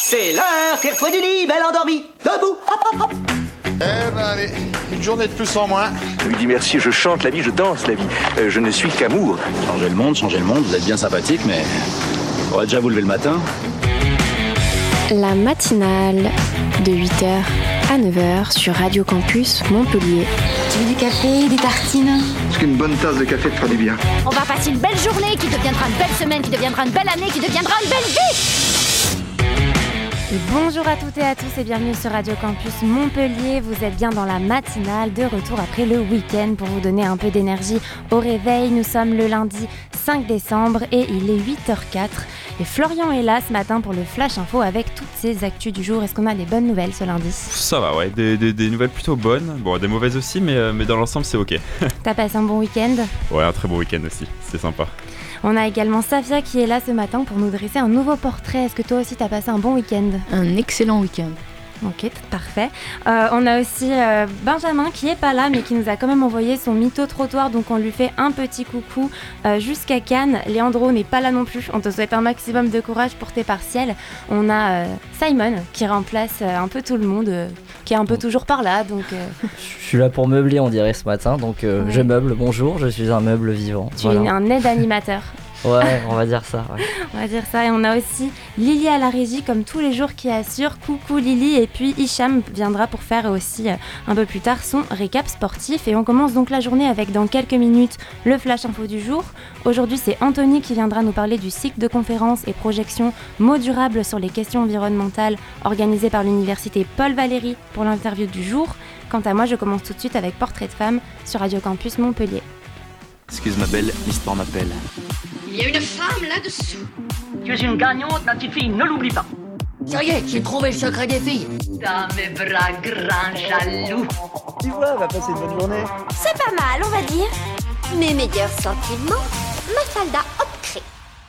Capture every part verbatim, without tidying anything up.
C'est l'heure, tire-toi du lit, belle endormie. Debout, hop, hop, hop. Eh ben allez, une journée de plus en moins. Je lui dis merci, je chante la vie, je danse la vie. Euh, je ne suis qu'amour. Changer le monde, changer le monde, vous êtes bien sympathique, mais on va déjà vous lever le matin. La matinale de huit heures à neuf heures sur Radio Campus Montpellier. Tu veux du café, des tartines? Parce qu'une bonne tasse de café te fera du bien. On va passer une belle journée qui deviendra une belle semaine, qui deviendra une belle année, qui deviendra une belle vie. Et bonjour à toutes et à tous et bienvenue sur Radio Campus Montpellier. Vous êtes bien dans la matinale de retour après le week-end pour vous donner un peu d'énergie au réveil. Nous sommes le lundi cinq décembre et il est huit heures quatre. Et Florian est là ce matin pour le Flash Info avec toutes ses actus du jour. Est-ce qu'on a des bonnes nouvelles ce lundi? Ça va, ouais, des, des, des nouvelles plutôt bonnes. Bon, des mauvaises aussi, mais, mais dans l'ensemble, c'est ok. T'as passé un bon week-end? Ouais, un très bon week-end aussi, c'est sympa. On a également Safia qui est là ce matin pour nous dresser un nouveau portrait. Est-ce que toi aussi t'as passé un bon week-end? Un excellent week-end. Ok, parfait. Euh, on a aussi euh, Benjamin qui est pas là mais qui nous a quand même envoyé son mytho-trottoir, donc on lui fait un petit coucou euh, jusqu'à Cannes. Léandro n'est pas là non plus, on te souhaite un maximum de courage pour tes partiels. On a euh, Simon qui remplace euh, un peu tout le monde, euh, qui est un peu toujours par là. Donc, euh... Je suis là pour meubler, on dirait, ce matin, donc euh, ouais. Je meuble, bonjour, je suis un meuble vivant. Tu voilà. es un aide-animateur. Ouais, on va dire ça. Ouais. On va dire ça. Et on a aussi Lily à la régie, comme tous les jours, qui assure. Coucou Lily. Et puis Hicham viendra pour faire aussi euh, un peu plus tard son récap sportif. Et on commence donc la journée avec, dans quelques minutes, le Flash Info du jour. Aujourd'hui, c'est Anthony qui viendra nous parler du cycle de conférences et projections mots durables sur les questions environnementales organisé par l'université Paul Valéry pour l'interview du jour. Quant à moi, je commence tout de suite avec Portrait de femme sur Radio Campus Montpellier. Excuse ma belle, l'histoire m'appelle. Il y a une femme là-dessous. Tu es une gagnante, ma petite fille, ne l'oublie pas. Ça y est, j'ai trouvé le secret des filles. Dans mes bras grands jaloux. Tu vois, on va passer une bonne journée. C'est pas mal, on va dire. Mes meilleurs sentiments, Mafalda Opcré.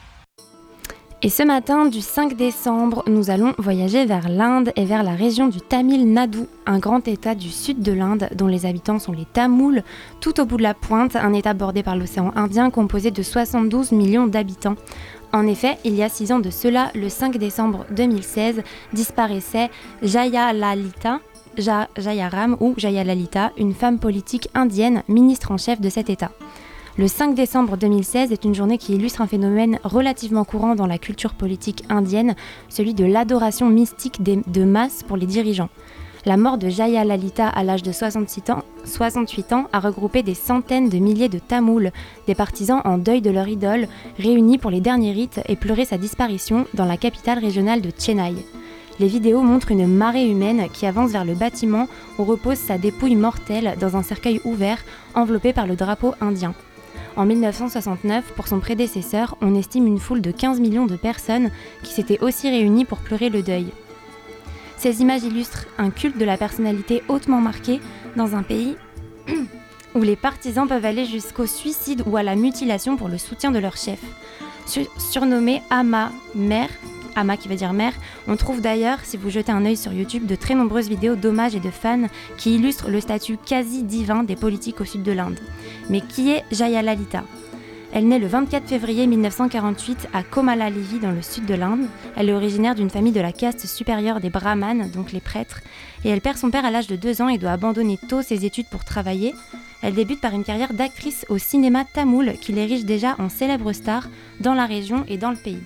Et ce matin du cinq décembre, nous allons voyager vers l'Inde et vers la région du Tamil Nadu, un grand état du sud de l'Inde dont les habitants sont les Tamouls, tout au bout de la pointe, un état bordé par l'océan Indien composé de soixante-douze millions d'habitants. En effet, il y a six ans de cela, le cinq décembre deux mille seize, disparaissait Jayalalita, ja- Jayaram ou Jayalalita, une femme politique indienne, ministre en chef de cet état. Le cinq décembre deux mille seize est une journée qui illustre un phénomène relativement courant dans la culture politique indienne, celui de l'adoration mystique des, de masse pour les dirigeants. La mort de Jayalalita à l'âge de soixante-huit ans, soixante-huit ans a regroupé des centaines de milliers de Tamouls, des partisans en deuil de leur idole, réunis pour les derniers rites et pleurer sa disparition dans la capitale régionale de Chennai. Les vidéos montrent une marée humaine qui avance vers le bâtiment où repose sa dépouille mortelle dans un cercueil ouvert enveloppé par le drapeau indien. En dix-neuf cent soixante-neuf, pour son prédécesseur, on estime une foule de quinze millions de personnes qui s'étaient aussi réunies pour pleurer le deuil. Ces images illustrent un culte de la personnalité hautement marqué dans un pays où les partisans peuvent aller jusqu'au suicide ou à la mutilation pour le soutien de leur chef. Sur- surnommé Amma, mère, Amma qui veut dire mère, on trouve d'ailleurs, si vous jetez un œil sur YouTube, de très nombreuses vidéos d'hommages et de fans qui illustrent le statut quasi divin des politiques au sud de l'Inde. Mais qui est Jayalalita ? Elle naît le vingt-quatre février dix-neuf cent quarante-huit à Komalalevi dans le sud de l'Inde. Elle est originaire d'une famille de la caste supérieure des brahmanes, donc les prêtres, et elle perd son père à l'âge de deux ans et doit abandonner tôt ses études pour travailler. Elle débute par une carrière d'actrice au cinéma tamoul qui l'érige déjà en célèbre star dans la région et dans le pays.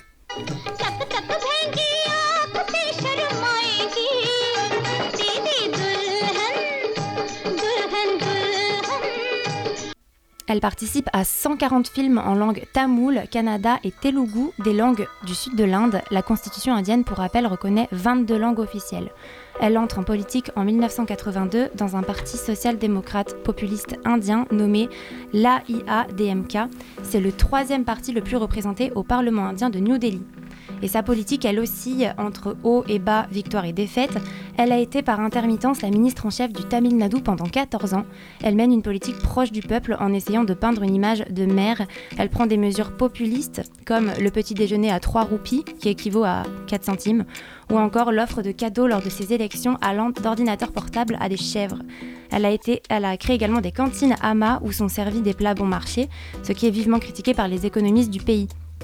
Elle participe à cent quarante films en langue tamoul, kannada et telougou, des langues du sud de l'Inde. La constitution indienne, pour rappel, reconnaît vingt-deux langues officielles. Elle entre en politique en dix-neuf cent quatre-vingt-deux dans un parti social-démocrate populiste indien nommé l'A I A D M K. C'est le troisième parti le plus représenté au Parlement indien de New Delhi. Et sa politique, elle oscille entre haut et bas, victoire et défaite. Elle a été par intermittence la ministre en chef du Tamil Nadu pendant quatorze ans. Elle mène une politique proche du peuple en essayant de peindre une image de mère. Elle prend des mesures populistes, comme le petit déjeuner à trois roupies, qui équivaut à quatre centimes, ou encore l'offre de cadeaux lors de ses élections allant d'ordinateurs portables à des chèvres. Elle a, été, elle a créé également des cantines Amma où sont servis des plats bon marché, ce qui est vivement critiqué par les économistes du pays.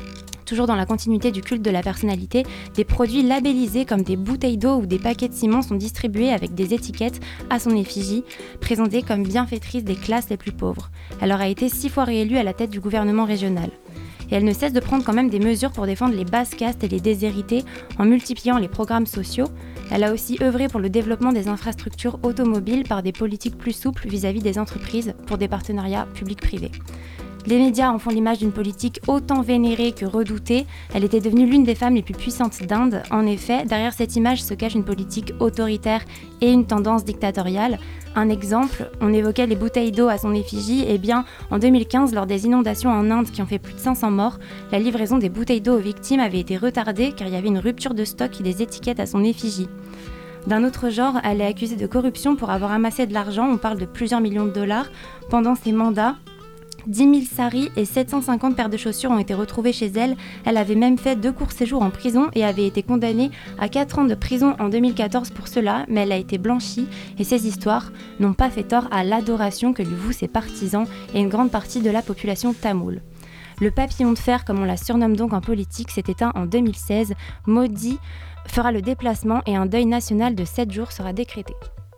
toujours dans la continuité du culte de la personnalité, des produits labellisés comme des bouteilles d'eau ou des paquets de ciment sont distribués avec des étiquettes à son effigie, présentée comme bienfaitrice des classes les plus pauvres. Elle aura été six fois réélue à la tête du gouvernement régional. Et elle ne cesse de prendre quand même des mesures pour défendre les basses castes et les déshérités en multipliant les programmes sociaux. Elle a aussi œuvré pour le développement des infrastructures automobiles par des politiques plus souples vis-à-vis des entreprises pour des partenariats publics-privés. Les médias en font l'image d'une politique autant vénérée que redoutée. Elle était devenue l'une des femmes les plus puissantes d'Inde. En effet, derrière cette image se cache une politique autoritaire et une tendance dictatoriale. Un exemple, on évoquait les bouteilles d'eau à son effigie. Eh bien, en deux mille quinze, lors des inondations en Inde qui ont fait plus de cinq cents morts, la livraison des bouteilles d'eau aux victimes avait été retardée car il y avait une rupture de stock et des étiquettes à son effigie. D'un autre genre, elle est accusée de corruption pour avoir amassé de l'argent. On parle de plusieurs millions de dollars pendant ses mandats. dix mille saris et sept cent cinquante paires de chaussures ont été retrouvées chez elle. Elle avait même fait deux courts séjours en prison et avait été condamnée à quatre ans de prison en deux mille quatorze pour cela, mais elle a été blanchie et ces histoires n'ont pas fait tort à l'adoration que lui vouent ses partisans et une grande partie de la population tamoule. Le papillon de fer, comme on la surnomme donc en politique, s'est éteint en deux mille seize. Modi fera le déplacement et un deuil national de sept jours sera décrété.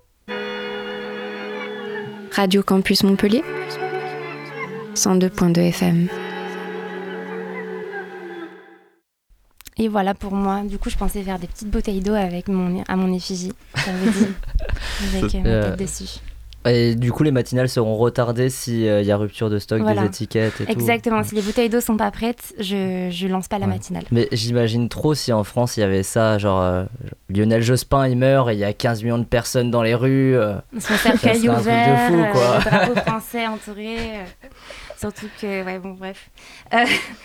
Radio Campus Montpellier cent deux virgule deux F M. Et voilà pour moi. Du coup, je pensais faire des petites bouteilles d'eau avec mon, à mon effigie. Ça veut dire avec euh, ma tête dessus. Et du coup, les matinales seront retardées s'il euh, y a rupture de stock, voilà. Des étiquettes et Exactement. tout. Exactement. Si les bouteilles d'eau sont pas prêtes, je je lance pas la ouais. matinale. Mais j'imagine trop si en France il y avait ça, genre euh, Lionel Jospin il meurt et il y a quinze millions de personnes dans les rues. Euh, Son cercueil ouvert, fou, quoi. Euh, le drapeau français entouré. Euh, surtout que, ouais, bon, bref. Euh,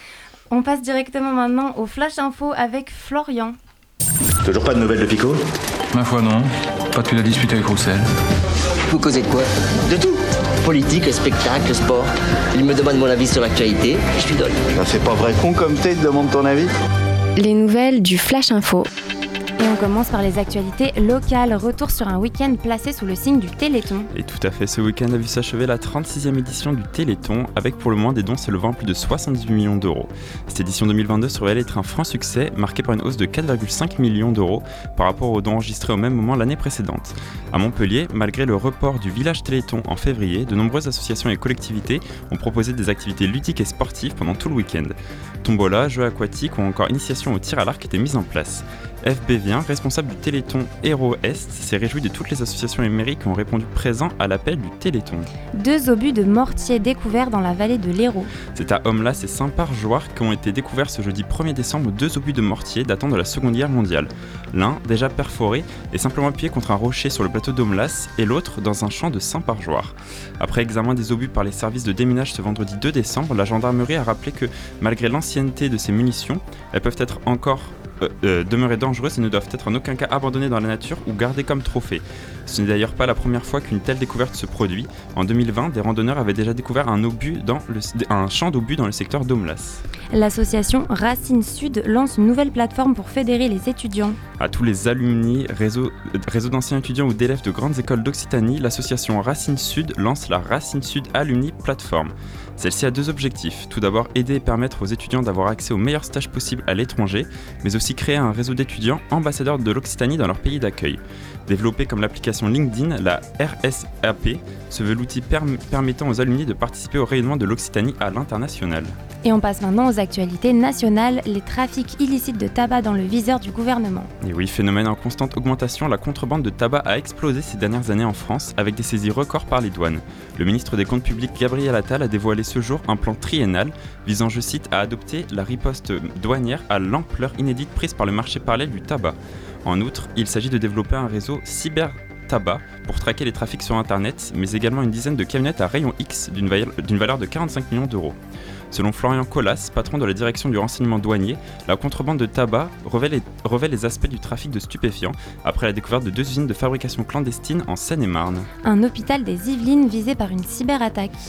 on passe directement maintenant au Flash Info avec Florian. Toujours pas de nouvelles de Pico ? Ma foi non, pas depuis la dispute avec Roussel. Vous causez de quoi ? De tout. Politique, spectacle, sport. Il me demande mon avis sur l'actualité, je lui donne. Ça fait pas vrai con comme t'es, il te demande ton avis. Les nouvelles du Flash Info. Et on commence par les actualités locales. Retour sur un week-end placé sous le signe du Téléthon. Et tout à fait, ce week-end a vu s'achever la trente-sixième édition du Téléthon, avec pour le moins des dons s'élevant à plus de soixante-dix millions d'euros. Cette édition deux mille vingt-deux se révèle être un franc succès, marqué par une hausse de quatre virgule cinq millions d'euros par rapport aux dons enregistrés au même moment l'année précédente. À Montpellier, malgré le report du village Téléthon en février, de nombreuses associations et collectivités ont proposé des activités ludiques et sportives pendant tout le week-end. Tombola, jeux aquatiques ou encore initiation au tir à l'arc étaient mises en place. F B Vien, responsable du Téléthon Héros Est, s'est réjoui de toutes les associations et mairies qui ont répondu présents à l'appel du Téléthon. Deux obus de mortier découverts dans la vallée de l'Hérault. C'est à Homelas et Saint-Par-Jouarre qu'ont été découverts ce jeudi premier décembre deux obus de mortier datant de la Seconde Guerre mondiale. L'un, déjà perforé, est simplement appuyé contre un rocher sur le plateau d'Homelas et l'autre dans un champ de Saint-Par-Jouarre. Après examen des obus par les services de déminage ce vendredi deux décembre, la gendarmerie a rappelé que, malgré l'ancienneté de ces munitions, elles peuvent être encore Euh, euh, demeurer dangereuses et ne doivent être en aucun cas abandonnées dans la nature ou gardées comme trophées. Ce n'est d'ailleurs pas la première fois qu'une telle découverte se produit. En deux mille vingt, des randonneurs avaient déjà découvert un, obus dans le, un champ d'obus dans le secteur d'Homelas. L'association Racine Sud lance une nouvelle plateforme pour fédérer les étudiants. À tous les alumni, réseau, réseau d'anciens étudiants ou d'élèves de grandes écoles d'Occitanie, l'association Racine Sud lance la Racine Sud Alumni Plateforme. Celle-ci a deux objectifs. Tout d'abord, aider et permettre aux étudiants d'avoir accès aux meilleurs stages possibles à l'étranger, mais aussi créer un réseau d'étudiants ambassadeurs de l'Occitanie dans leur pays d'accueil. Développée comme l'application LinkedIn, la R S A P se veut l'outil perm- permettant aux alumni de participer au rayonnement de l'Occitanie à l'international. Et on passe maintenant aux actualités nationales, les trafics illicites de tabac dans le viseur du gouvernement. Et oui, phénomène en constante augmentation, la contrebande de tabac a explosé ces dernières années en France avec des saisies records par les douanes. Le ministre des Comptes publics Gabriel Attal a dévoilé ce jour un plan triennal visant, je cite, à adopter la riposte douanière à l'ampleur inédite prise par le marché parallèle du tabac. En outre, il s'agit de développer un réseau cyber-tabac pour traquer les trafics sur Internet, mais également une dizaine de camionnettes à rayon X d'une, va- d'une valeur de quarante-cinq millions d'euros. Selon Florian Collas, patron de la direction du renseignement douanier, la contrebande de tabac révèle les, révèle les aspects du trafic de stupéfiants après la découverte de deux usines de fabrication clandestine en Seine-et-Marne. Un hôpital des Yvelines visé par une cyberattaque.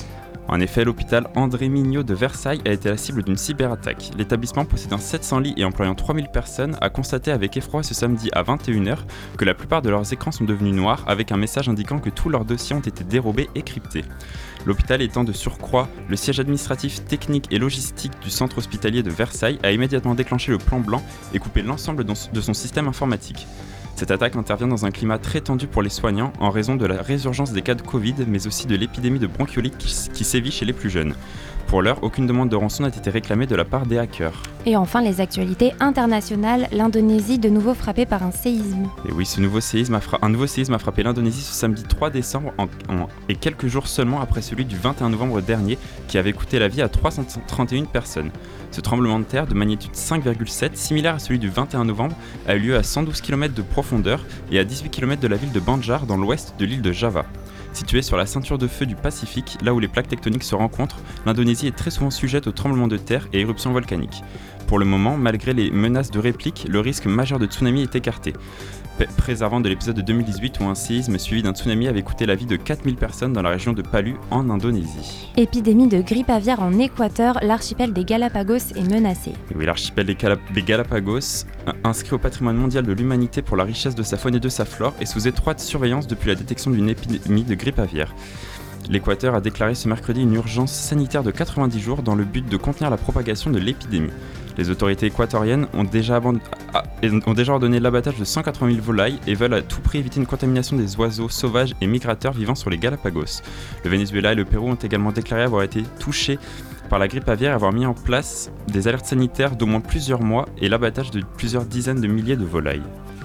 En effet, l'hôpital André Mignot de Versailles a été la cible d'une cyberattaque. L'établissement possédant sept cents lits et employant trois mille personnes a constaté avec effroi ce samedi à vingt et une heures que la plupart de leurs écrans sont devenus noirs avec un message indiquant que tous leurs dossiers ont été dérobés et cryptés. L'hôpital étant de surcroît le siège administratif, technique et logistique du centre hospitalier de Versailles a immédiatement déclenché le plan blanc et coupé l'ensemble de son système informatique. Cette attaque intervient dans un climat très tendu pour les soignants en raison de la résurgence des cas de Covid, mais aussi de l'épidémie de bronchiolite qui, qui sévit chez les plus jeunes. Pour l'heure, aucune demande de rançon n'a été réclamée de la part des hackers. Et enfin, les actualités internationales. L'Indonésie de nouveau frappée par un séisme. Et oui, ce nouveau séisme a fra- un nouveau séisme a frappé l'Indonésie ce samedi trois décembre en, en, et quelques jours seulement après celui du vingt et un novembre dernier qui avait coûté la vie à trois cent trente et une personnes. Ce tremblement de terre de magnitude cinq virgule sept, similaire à celui du vingt et un novembre, a eu lieu à cent douze kilomètres de profondeur et à dix-huit kilomètres de la ville de Banjar dans l'ouest de l'île de Java. Située sur la ceinture de feu du Pacifique, là où les plaques tectoniques se rencontrent, l'Indonésie est très souvent sujette aux tremblements de terre et éruptions volcaniques. Pour le moment, malgré les menaces de réplique, le risque majeur de tsunami est écarté, P- préservant de l'épisode de deux mille dix-huit où un séisme suivi d'un tsunami avait coûté la vie de quatre mille personnes dans la région de Palu, en Indonésie. Épidémie de grippe aviaire en Équateur, l'archipel des Galapagos est menacé. Et oui, l'archipel des, Calap- des Galapagos, inscrit au patrimoine mondial de l'humanité pour la richesse de sa faune et de sa flore, est sous étroite surveillance depuis la détection d'une épidémie de grippe aviaire. L'Équateur a déclaré ce mercredi une urgence sanitaire de quatre-vingt-dix jours dans le but de contenir la propagation de l'épidémie. Les autorités équatoriennes ont déjà, aband... ah, ont déjà ordonné l'abattage de cent quatre-vingt mille volailles et veulent à tout prix éviter une contamination des oiseaux sauvages et migrateurs vivant sur les Galapagos. Le Venezuela et le Pérou ont également déclaré avoir été touchés par la grippe aviaire et avoir mis en place des alertes sanitaires d'au moins plusieurs mois et l'abattage de plusieurs dizaines de milliers de volailles.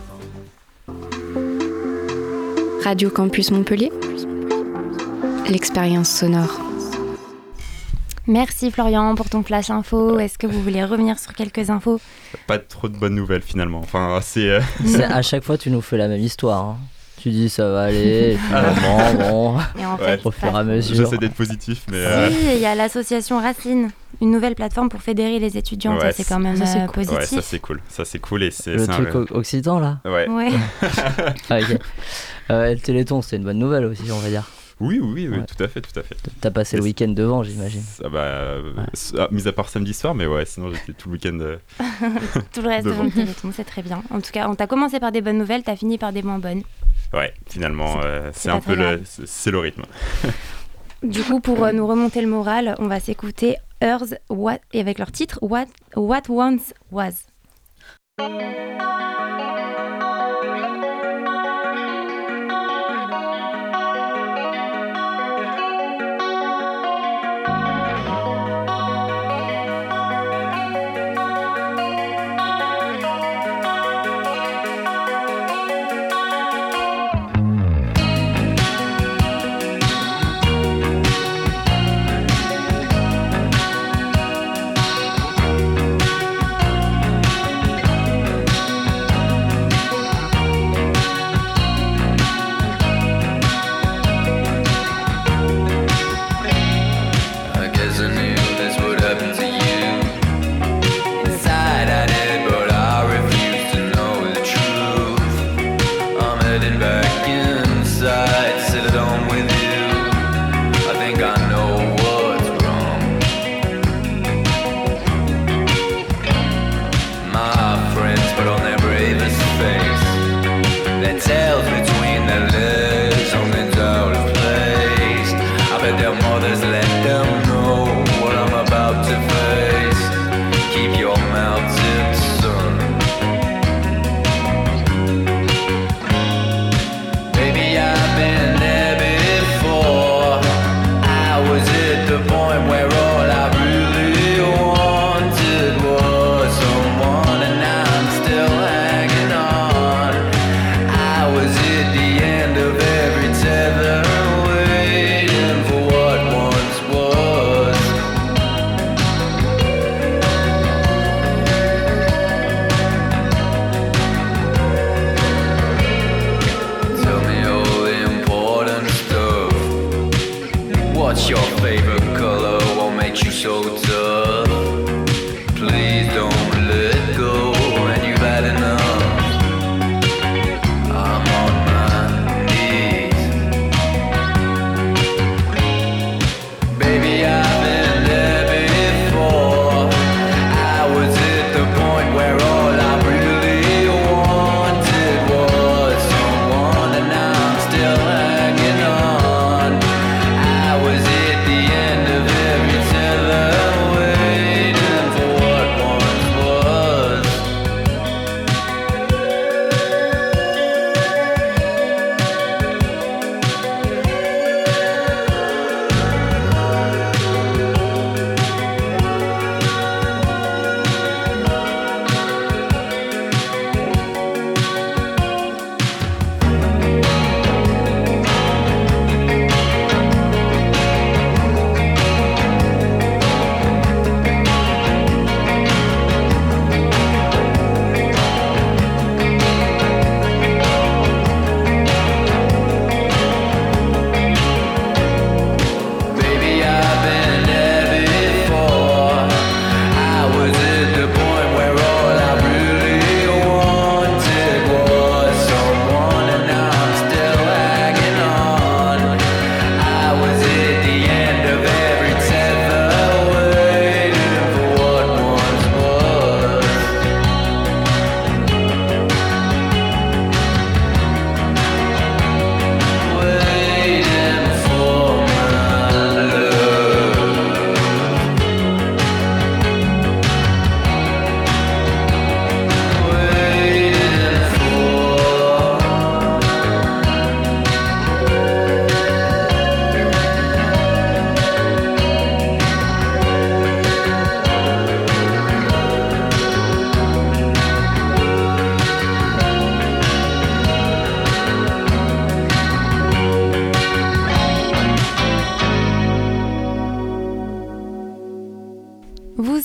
Radio Campus Montpellier, l'expérience sonore. Merci Florian pour ton flash info. Est-ce que vous voulez revenir sur quelques infos ? Pas trop de bonnes nouvelles finalement. Enfin, c'est, euh... c'est à chaque fois tu nous fais la même histoire. Hein. Tu dis ça va aller, et finalement, bon, et en ouais, fait, au fur et à mesure. J'essaie d'être positif, mais... Euh... Si, il y a l'association Racine, une nouvelle plateforme pour fédérer les étudiants, ouais, ça c'est quand même ça, c'est euh, cool. positif. Ouais, ça c'est cool, ça c'est cool et c'est... Le c'est truc un... occitan là ? Ouais. Ouais. ah, ok. Euh, le Téléthon, c'était une bonne nouvelle aussi, on va dire. Oui, oui, oui, ouais. tout à fait, tout à fait. T'as passé le week-end devant, j'imagine. Ça, bah, euh, ouais. Mis à part samedi soir, mais ouais, sinon j'étais tout le week-end euh, tout le reste devant le Téléthon, c'est très bien. En tout cas, on t'a commencé par des bonnes nouvelles, t'as fini par des moins bonnes. Ouais, finalement, c'est, euh, c'est, c'est un peu le, c'est, c'est le rythme. Du coup, pour euh, nous remonter le moral, on va s'écouter Earth What, et avec leur titre What, What Once Was.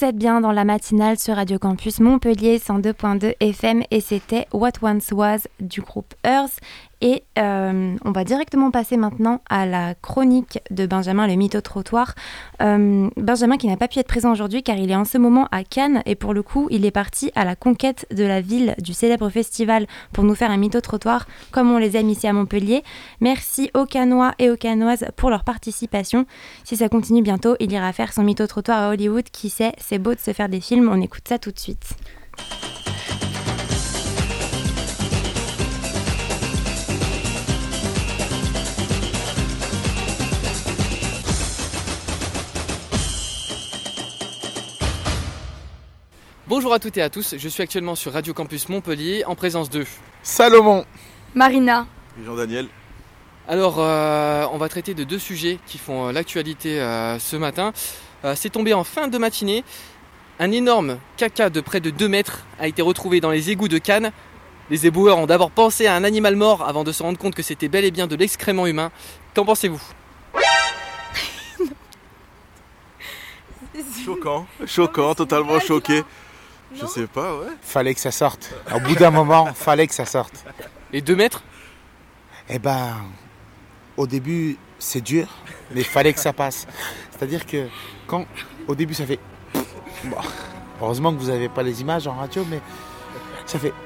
êtes bien dans la matinale sur Radio Campus Montpellier cent deux point deux F M et c'était What Once Was du groupe Earth. Et euh, on va directement passer maintenant à la chronique de Benjamin, le mytho-trottoir. Euh, Benjamin qui n'a pas pu être présent aujourd'hui car il est en ce moment à Cannes et pour le coup il est parti à la conquête de la ville du célèbre festival pour nous faire un mytho-trottoir comme on les aime ici à Montpellier. Merci aux Cannois et aux Cannoises pour leur participation. Si ça continue bientôt, il ira faire son mytho-trottoir à Hollywood. Qui sait, c'est beau de se faire des films, on écoute ça tout de suite. Bonjour à toutes et à tous, je suis actuellement sur Radio Campus Montpellier en présence de Salomon, Marina et Jean-Daniel. Alors euh, on va traiter de deux sujets qui font euh, l'actualité euh, ce matin. Euh, c'est tombé en fin de matinée, un énorme caca de près de deux mètres a été retrouvé dans les égouts de Cannes. Les éboueurs ont d'abord pensé à un animal mort avant de se rendre compte que c'était bel et bien de l'excrément humain. Qu'en pensez-vous ? Choquant, choquant, totalement choqué. Je sais pas, ouais. Fallait que ça sorte. Au bout d'un moment, fallait que ça sorte. Et deux mètres ? Eh ben, au début, c'est dur, mais fallait que ça passe. C'est-à-dire que quand, au début, ça fait... Bon, heureusement que vous n'avez pas les images en radio, mais ça fait...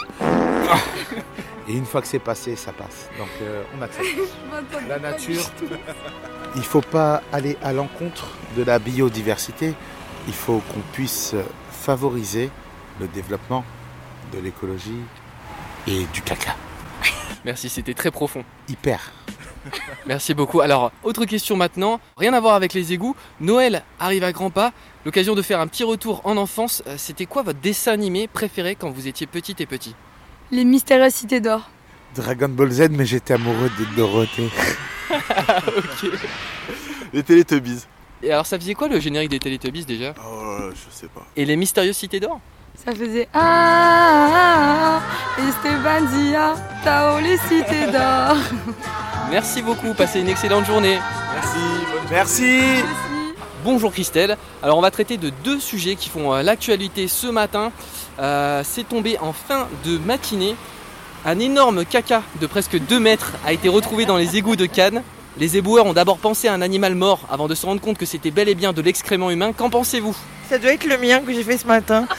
Et une fois que c'est passé, ça passe. Donc, euh, on accepte. La nature... Il ne faut pas aller à l'encontre de la biodiversité. Il faut qu'on puisse favoriser le développement de l'écologie et du caca. Merci, c'était très profond. Hyper. Merci beaucoup. Alors, autre question maintenant, rien à voir avec les égouts. Noël arrive à grands pas, l'occasion de faire un petit retour en enfance. C'était quoi votre dessin animé préféré quand vous étiez petite et petit ? Les Mystérieuses Cités d'Or. Dragon Ball Z, mais j'étais amoureux de Dorothée. Ok. Les Télétubbies. Et alors, ça faisait quoi le générique des Télétubbies déjà ? Oh, je sais pas. Et les Mystérieuses Cités d'Or ? Ça faisait Ah, Esteban Dia, Tao les Cités d'Or. Merci beaucoup, passez une excellente journée. Merci. Bonne Merci. Bonjour Christelle. Alors on va traiter de deux sujets qui font euh, l'actualité ce matin. Euh, c'est tombé en fin de matinée. Un énorme caca de presque deux mètres a été retrouvé dans les égouts de Cannes. Les éboueurs ont d'abord pensé à un animal mort avant de se rendre compte que c'était bel et bien de l'excrément humain. Qu'en pensez-vous ? Ça doit être le mien que j'ai fait ce matin.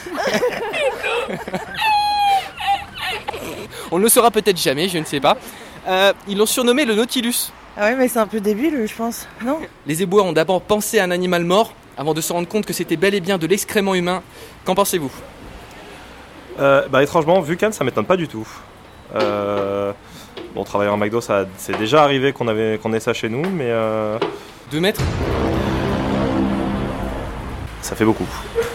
On ne le saura peut-être jamais, je ne sais pas. Euh, ils l'ont surnommé le Nautilus. Ah ouais, mais c'est un peu débile, je pense, non ? Les éboueurs ont d'abord pensé à un animal mort avant de se rendre compte que c'était bel et bien de l'excrément humain. Qu'en pensez-vous ? euh, bah, Étrangement, vu Cannes, ça m'étonne pas du tout. Euh, bon, travailler en McDo, ça, c'est déjà arrivé qu'on, avait, qu'on ait ça chez nous, mais... Euh... Deux mètres ? Ça fait beaucoup.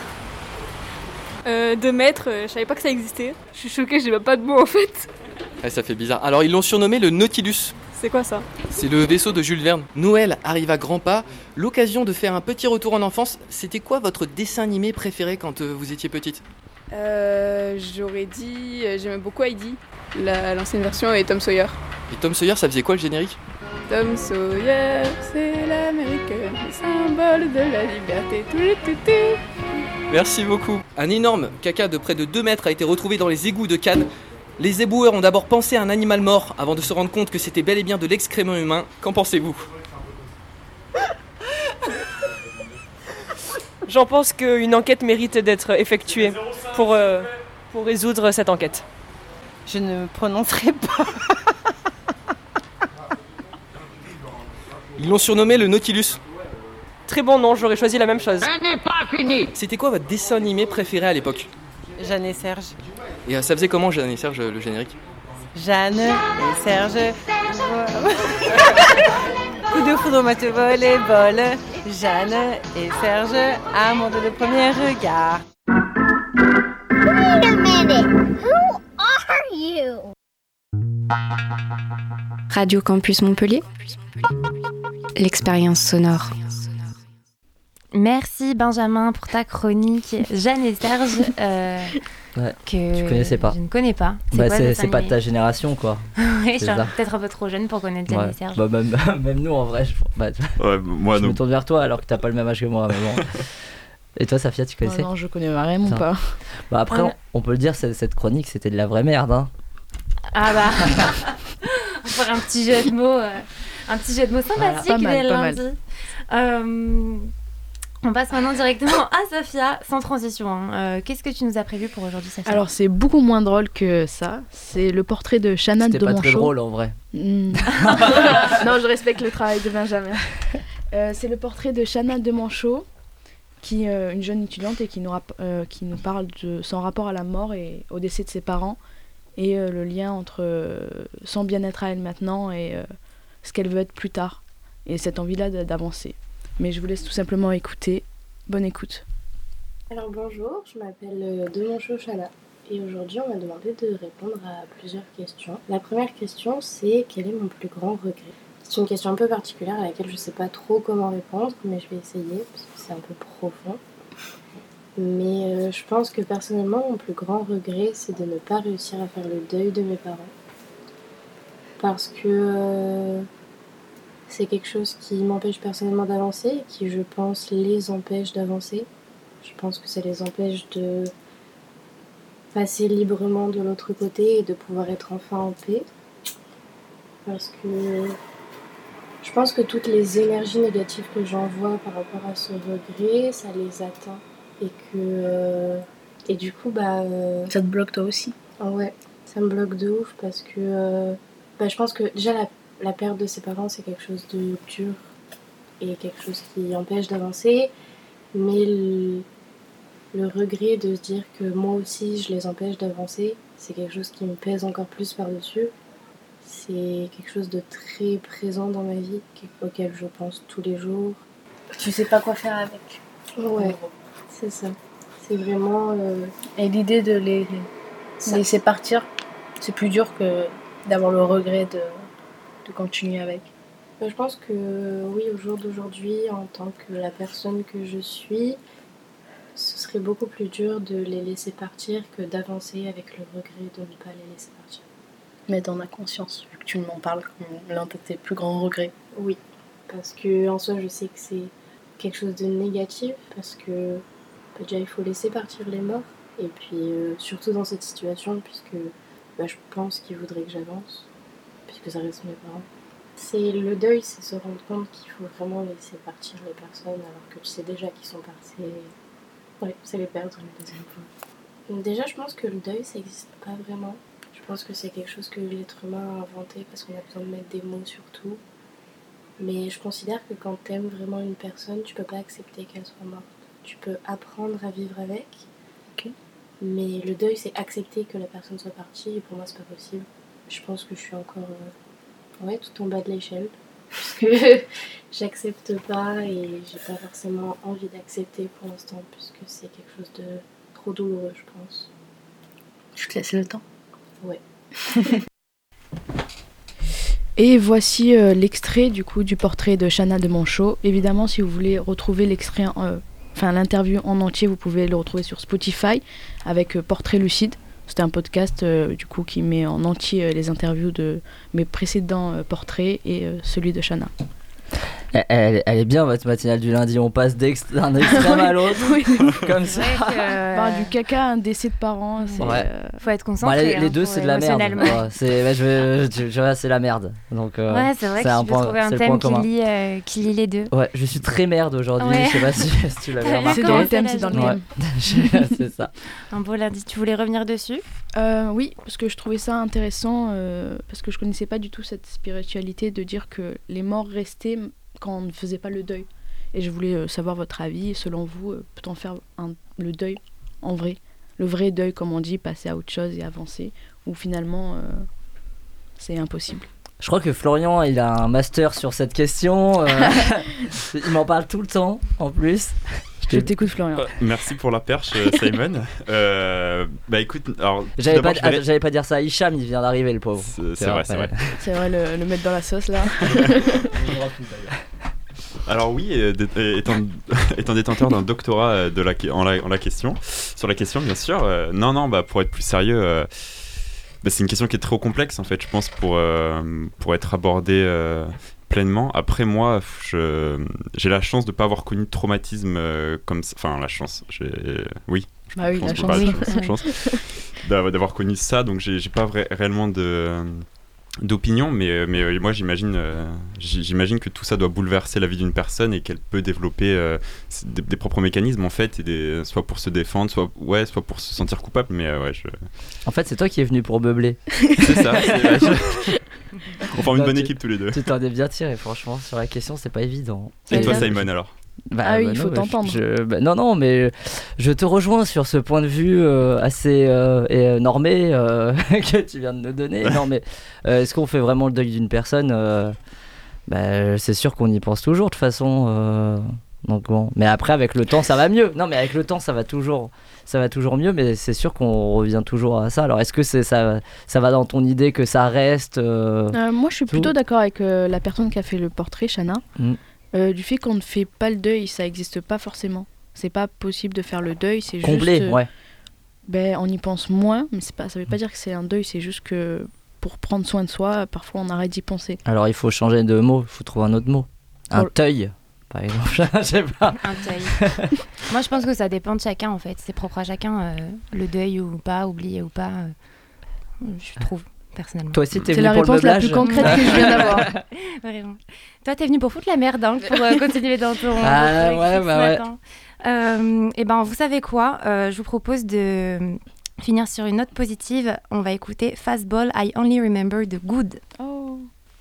Euh, deux mètres, euh, je savais pas que ça existait. Je suis choquée, j'ai même pas de mots en fait. Ouais, ça fait bizarre. Alors ils l'ont surnommé le Nautilus. C'est quoi ça ? C'est le vaisseau de Jules Verne. Noël arrive à grands pas. L'occasion de faire un petit retour en enfance. C'était quoi votre dessin animé préféré quand euh, vous étiez petite ? euh, J'aurais dit... Euh, j'aimais beaucoup Heidi, la, l'ancienne version, et Tom Sawyer. Et Tom Sawyer, ça faisait quoi le générique ? Tom Sawyer, c'est l'Amérique, le symbole de la liberté. Tout, tout, tout. Merci beaucoup. Un énorme caca de près de deux mètres a été retrouvé dans les égouts de Cannes. Les éboueurs ont d'abord pensé à un animal mort avant de se rendre compte que c'était bel et bien de l'excrément humain. Qu'en pensez-vous ? J'en pense qu'une enquête mérite d'être effectuée pour, euh, pour résoudre cette enquête. Je ne me prononcerai pas. Ils l'ont surnommé le Nautilus. Très bon nom, j'aurais choisi la même chose. Ça n'est pas fini. C'était quoi votre dessin animé préféré à l'époque ? Jeanne et Serge. Et euh, ça faisait comment Jeanne et Serge, le générique ? Jeanne et Serge. Coup de foudre m'a te volé, bol. Jeanne et Serge, amour de le premier regard. Wait a minute. Who are you? Radio Campus Montpellier, l'expérience sonore. Merci Benjamin pour ta chronique. Jeanne et Serge, euh, ouais, que tu connaissais pas. Je ne connais pas. C'est, bah, c'est, c'est pas de ta génération, quoi. Ouais, je suis peut-être un peu trop jeune pour connaître Jeanne ouais. et Serge. Bah, même, même nous, en vrai, je, bah, ouais, moi, je nous. me tourne vers toi alors que t'as pas le même âge que moi. Mais bon. Et toi, Safia, tu connaissais? Oh non, je connais vraiment ça. pas. Bah après, Ouais. on, on peut le dire, cette, cette chronique, c'était de la vraie merde. Hein. Ah bah, on va faire un petit jeu de mots, euh, un petit jeu de mots sympathique Pas mal, dès pas mal. lundi. Euh, on passe maintenant directement à Safia, sans transition. hein. Euh, Qu'est-ce que tu nous as prévu pour aujourd'hui, Safia? Alors, c'est beaucoup moins drôle que ça. C'est le portrait de Shannon de C'était pas Monchaux. très drôle en vrai. Mm. Non, je respecte le travail de Benjamin. Euh, c'est le portrait de Shannon de Monchaux, qui euh, une jeune étudiante et qui nous, rap- euh, qui nous parle de son rapport à la mort et au décès de ses parents et euh, le lien entre euh, son bien-être à elle maintenant et euh, ce qu'elle veut être plus tard et cette envie-là de- d'avancer. Mais je vous laisse tout simplement écouter. Bonne écoute. Alors bonjour, je m'appelle euh, Demonchaux Chana et aujourd'hui on m'a demandé de répondre à plusieurs questions. La première question c'est quel est mon plus grand regret? C'est une question un peu particulière à laquelle je ne sais pas trop comment répondre, mais je vais essayer parce que c'est un peu profond. Mais euh, je pense que personnellement mon plus grand regret c'est de ne pas réussir à faire le deuil de mes parents. Parce que euh, c'est quelque chose qui m'empêche personnellement d'avancer et qui je pense les empêche d'avancer. Je pense que ça les empêche de passer librement de l'autre côté et de pouvoir être enfin en paix. Parce que je pense que toutes les énergies négatives que j'envoie par rapport à ce regret, ça les atteint. Et que... euh, et du coup, bah... euh, Ça te bloque toi aussi? Ouais, ça me bloque de ouf parce que... euh, bah, je pense que déjà la, la perte de ses parents, c'est quelque chose de dur et quelque chose qui empêche d'avancer. Mais le, le regret de se dire que moi aussi, je les empêche d'avancer, c'est quelque chose qui me pèse encore plus par-dessus. C'est quelque chose de très présent dans ma vie, auquel je pense tous les jours. Tu sais pas quoi faire avec. Ouais, c'est ça. C'est vraiment... euh, Et l'idée de les Ça. laisser partir, c'est plus dur que d'avoir le regret de, de continuer avec. bah, je pense que oui, au jour d'aujourd'hui, en tant que la personne que je suis, ce serait beaucoup plus dur de les laisser partir que d'avancer avec le regret de ne pas les laisser partir. Mais t'en as conscience, vu que tu m'en parles comme l'un de tes plus grands regrets. Oui, parce que en soi, je sais que c'est quelque chose de négatif, parce que bah, déjà, il faut laisser partir les morts, et puis euh, surtout dans cette situation, puisque bah, je pense qu'ils voudraient que j'avance, puisque ça reste mes parents. C'est le deuil, c'est se rendre compte qu'il faut vraiment laisser partir les personnes, alors que tu sais déjà qu'ils sont partis. Ouais, c'est les perdre une deuxième fois. Donc déjà, je pense que le deuil, ça n'existe pas vraiment. Je pense que c'est quelque chose que l'être humain a inventé parce qu'on a besoin de mettre des mots sur tout. Mais je considère que quand t'aimes vraiment une personne, tu peux pas accepter qu'elle soit morte. Tu peux apprendre à vivre avec. Ok. Mais le deuil, c'est accepter que la personne soit partie. Et pour moi, c'est pas possible. Je pense que je suis encore euh, ouais, tout en bas de l'échelle. Parce que j'accepte pas et j'ai pas forcément envie d'accepter pour l'instant. Puisque c'est quelque chose de trop douloureux, je pense. Je te laisse le temps. Ouais. Et voici euh, l'extrait du coup du portrait de Shannon de Monchaux. Évidemment, si vous voulez retrouver l'extrait, euh, enfin l'interview en entier, vous pouvez le retrouver sur Spotify avec euh, Portrait lucide. C'était un podcast euh, du coup qui met en entier euh, les interviews de mes précédents euh, portraits et euh, celui de Shannon. Elle, elle- elle est bien votre matinale du lundi, on passe d'ex- d'un extrême à l'autre, Oui. comme ça. Bah, du caca à un décès de parents, c'est... Ouais. euh, Faut être Bon, concentré. les, les hein, deux pour- c'est de la merde. émotionnellement. Ouais, c'est, bah, je vais- tu- tu vois, c'est la merde. Donc, euh, Ouais, c'est vrai que un tu peux point- trouver un c'est le thème point qui commun. lie, euh, qui lie les deux. Ouais, je suis très merde aujourd'hui, Ouais. je sais pas si, si tu l'avais T'as vu remarqué. C'est dans le thème, c'est dans le Ouais. thème. C'est ça. Un beau lundi. Tu voulais revenir dessus? Euh, oui, parce que je trouvais ça intéressant, euh, parce que je connaissais pas du tout cette spiritualité de dire que les morts restaient quand on ne faisait pas le deuil. Et je voulais euh, savoir votre avis, selon vous, euh, peut-on faire un, le deuil en vrai? Le vrai deuil, comme on dit, passer à autre chose et avancer, ou finalement, euh, c'est impossible. Je crois que Florian, il a un master sur cette question. euh, il m'en parle tout le temps, en plus. Je t'écoute, Florian. Euh, merci pour la perche, euh, Simon. Euh, bah écoute, alors. tout J'allais pas, d'abord, je vais- ah, j'allais pas dire ça à Hicham, il vient d'arriver, le pauvre. C'est- c'est vrai, c'est vrai. C'est vrai, le, le mettre dans la sauce, là. Alors oui, euh, dé- euh, étant, étant détenteur d'un doctorat euh, de la, en, la, en la question, sur la question bien sûr, euh, non, non, bah, pour être plus sérieux, euh, bah, c'est une question qui est trop complexe en fait, je pense, pour, euh, pour être abordée euh, pleinement. Après, moi, je, j'ai la chance de ne pas avoir connu de traumatisme euh, comme ça. Enfin, la chance. J'ai... Oui. Je bah oui, pense la que chance. pas, Oui. j'ai cette chance d'avoir, d'avoir connu ça. Donc, j'ai, j'ai pas vrai, réellement de, d'opinion. Mais, mais moi, j'imagine, euh, j'imagine que tout ça doit bouleverser la vie d'une personne et qu'elle peut développer euh, des, des propres mécanismes, en fait, et des, soit pour se défendre, soit, ouais, soit pour se sentir coupable. Mais euh, ouais, je... En fait, c'est toi qui es venu pour meubler. C'est ça. C'est, ouais, je... On forme une Non, bonne tu, équipe tous les deux. Tu t'en es bien tiré, franchement, sur la question, c'est pas évident. Et toi, Simon, alors? Bah, ah oui, bah il non, faut bah, t'entendre. Je, bah, non, non, mais je te rejoins sur ce point de vue euh, assez euh, et, euh, normé euh, que tu viens de nous donner. Non, mais euh, est-ce qu'on fait vraiment le deuil d'une personne euh, bah, c'est sûr qu'on y pense toujours, de toute façon. Euh, donc bon. Mais après, avec le temps, ça va mieux. Non, mais avec le temps, ça va toujours, ça va toujours mieux, mais c'est sûr qu'on revient toujours à ça. Alors, est-ce que c'est, ça, ça va dans ton idée que ça reste euh, Euh, moi, je suis tout plutôt d'accord avec euh, la personne qui a fait le portrait, Chana, Mm. euh, du fait qu'on ne fait pas le deuil, ça n'existe pas forcément. C'est pas possible de faire le deuil, c'est Comblé, juste. euh, ouais. Ben, on y pense moins, mais c'est pas, ça veut pas dire que c'est un deuil, c'est juste que pour prendre soin de soi, parfois on arrête d'y penser. Alors, il faut changer de mot, il faut trouver un autre mot. Un Pour- teuil, par exemple. Je sais pas. Un deuil. Moi, je pense que ça dépend de chacun, en fait. C'est propre à chacun, euh, le deuil ou pas, oublier ou pas. euh, je trouve, personnellement. Toi aussi, t'es C'est venu la pour le réponse la meublage. plus concrète que je viens d'avoir. Vraiment. Toi, t'es venu pour foutre la merde, hein, pour euh, continuer dans ton. Ah, dans ton ouais, équipe bah ce ouais. matin. Euh, et ben, vous savez quoi euh, je vous propose de finir sur une note positive. On va écouter Fastball, I Only Remember the Good. Oh.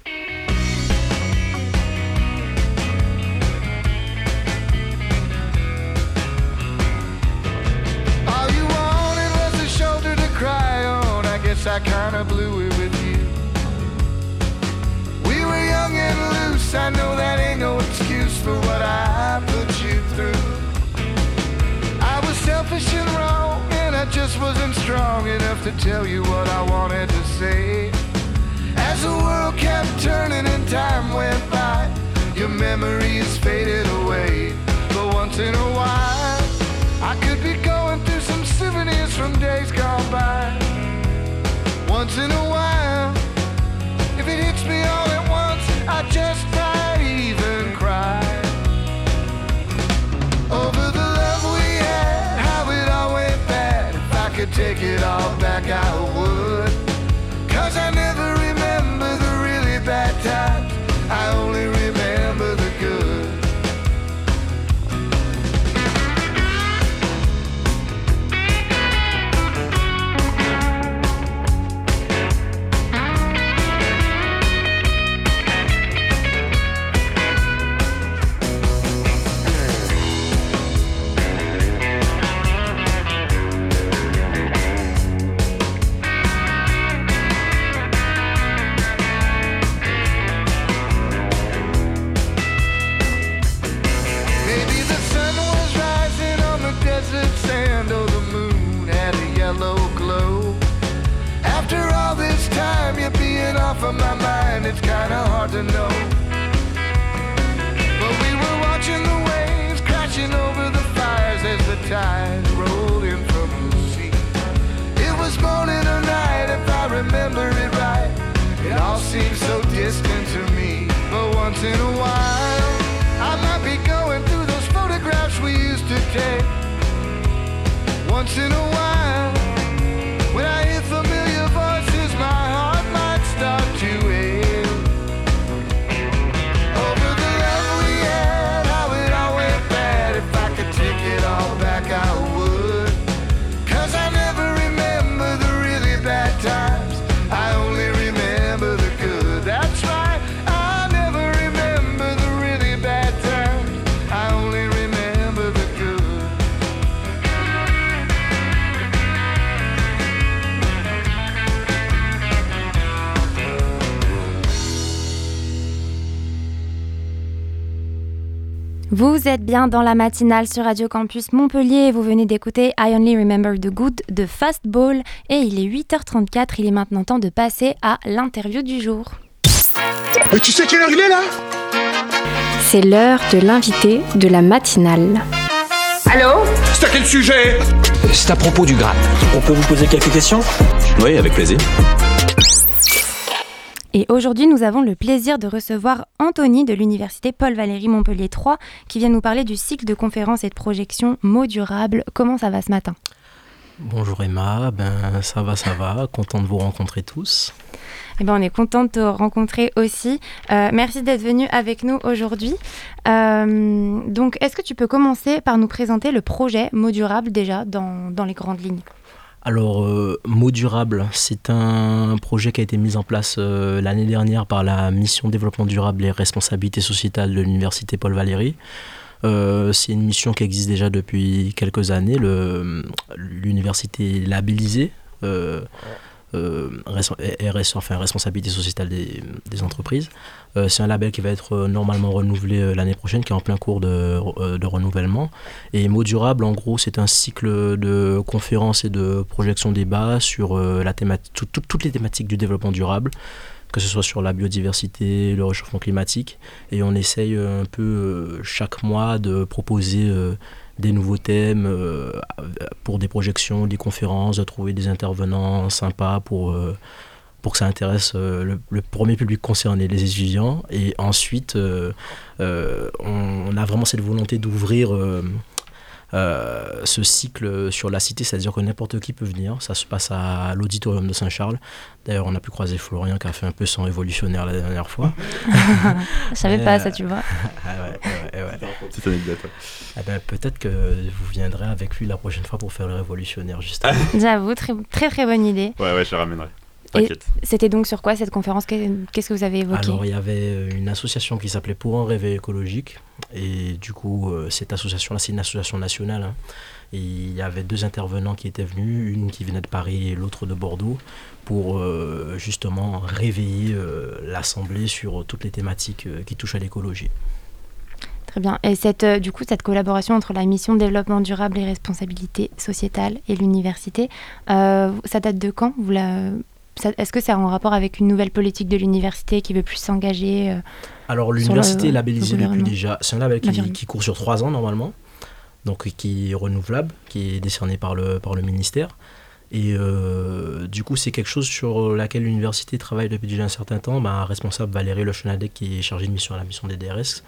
All you wanted was a shoulder to cry on. I guess I kinda blew it with you. We were young and loose. I know that ain't no excuse for what I put you through. I was selfish and wrong, and I just wasn't strong enough to tell you what I wanted to say. As the world kept turning and time went by, your memories faded away. But once in a while, I could be going through some souvenirs from days gone by. Once in a while, if it hits me all at once, I just might even cry. Over the love we had, how it all went bad. If I could take it all back, I would. Cause I never remember the really bad times, I only remember the good. Maybe the sun was rising on the desert sand, or the moon had a yellow glow. After all this time, you're being off of my mind, it's kinda hard to know. But we were watching the waves crashing over the fires as the tide rolled in from the sea. It was morning or night, if I remember it right. It all seems so distant to me. But once in a while, I might be going through those photographs we used to take. Once in a while, when I hear familiar voices, my heart might start to ache. Over the love we had, how it all went bad. If I could take it all back, I would. Cause I never remember the really bad times, I only remember the good. That's right, I never remember the really bad times, I only remember the good. Vous êtes bien dans la matinale sur Radio Campus Montpellier et vous venez d'écouter I Only Remember the Good de Fastball. Et il est huit heures trente-quatre, il est maintenant temps de passer à l'interview du jour. Mais tu sais quelle heure il est là? C'est l'heure de l'invité de la matinale. Allô? C'est à quel sujet? C'est à propos du Graal. On peut vous poser quelques questions? Oui, avec plaisir. Et aujourd'hui, nous avons le plaisir de recevoir Anthony de l'Université Paul Valéry Montpellier trois qui vient nous parler du cycle de conférences et de projections mots durables. Comment ça va ce matin ? Bonjour Emma, ben ça va, ça va, content de vous rencontrer tous. Eh ben, on est content de te rencontrer aussi. Euh, merci d'être venu avec nous aujourd'hui. Euh, donc, est-ce que tu peux commencer par nous présenter le projet Mots Durables déjà dans, dans les grandes lignes ? Alors, euh, Mots Durables, c'est un projet qui a été mis en place euh, l'année dernière par la mission développement durable et responsabilité sociétale de l'Université Paul Valéry. Euh, c'est une mission qui existe déjà depuis quelques années. Le, l'université est labellisée. Euh, Euh, R S, enfin responsabilité sociétale des, des entreprises. Euh, c'est un label qui va être euh, normalement renouvelé euh, l'année prochaine, qui est en plein cours de, euh, de renouvellement. Et Mots Durables, en gros, c'est un cycle de conférences et de projections débats sur euh, la thématique, tout, tout, toutes les thématiques du développement durable, que ce soit sur la biodiversité, le réchauffement climatique. Et on essaye euh, un peu euh, chaque mois de proposer euh, des nouveaux thèmes euh, pour des projections, des conférences, de trouver des intervenants sympas pour, euh, pour que ça intéresse euh, le, le premier public concerné, les étudiants. Et ensuite, euh, euh, on, on a vraiment cette volonté d'ouvrir euh, euh, ce cycle sur la cité, c'est-à-dire que n'importe qui peut venir. Ça se passe à l'auditorium de Saint-Charles. D'ailleurs, on a pu croiser Florian qui a fait un peu son révolutionnaire la dernière fois. Je savais pas ça, tu vois. Ah ouais, ouais, ouais, ouais. Petite anecdote. Eh ben, peut-être que vous viendrez avec lui la prochaine fois pour faire le révolutionnaire, justement. J'avoue, très, très très bonne idée. Ouais, ouais, je le ramènerai. Et c'était donc sur quoi cette conférence ? Qu'est-ce que vous avez évoqué ? Alors, il y avait une association qui s'appelait Pour un réveil écologique. Et du coup, cette association-là, c'est une association nationale. Hein. Et il y avait deux intervenants qui étaient venus, une qui venait de Paris et l'autre de Bordeaux, pour euh, justement réveiller euh, l'Assemblée sur toutes les thématiques euh, qui touchent à l'écologie. Très bien. Et cette, euh, du coup, cette collaboration entre la mission développement durable et responsabilité sociétale et l'université, euh, ça date de quand ? Vous la... Ça, est-ce que c'est en rapport avec une nouvelle politique de l'université qui veut plus s'engager euh, Alors l'université le, est labellisée depuis déjà, c'est un label qui, qui court sur trois ans normalement, donc qui est renouvelable, qui est décerné par le, par le ministère. Et euh, du coup c'est quelque chose sur laquelle l'université travaille depuis déjà un certain temps. Ma responsable Valérie Lechenadec, qui est chargée de mission à la mission des D R S,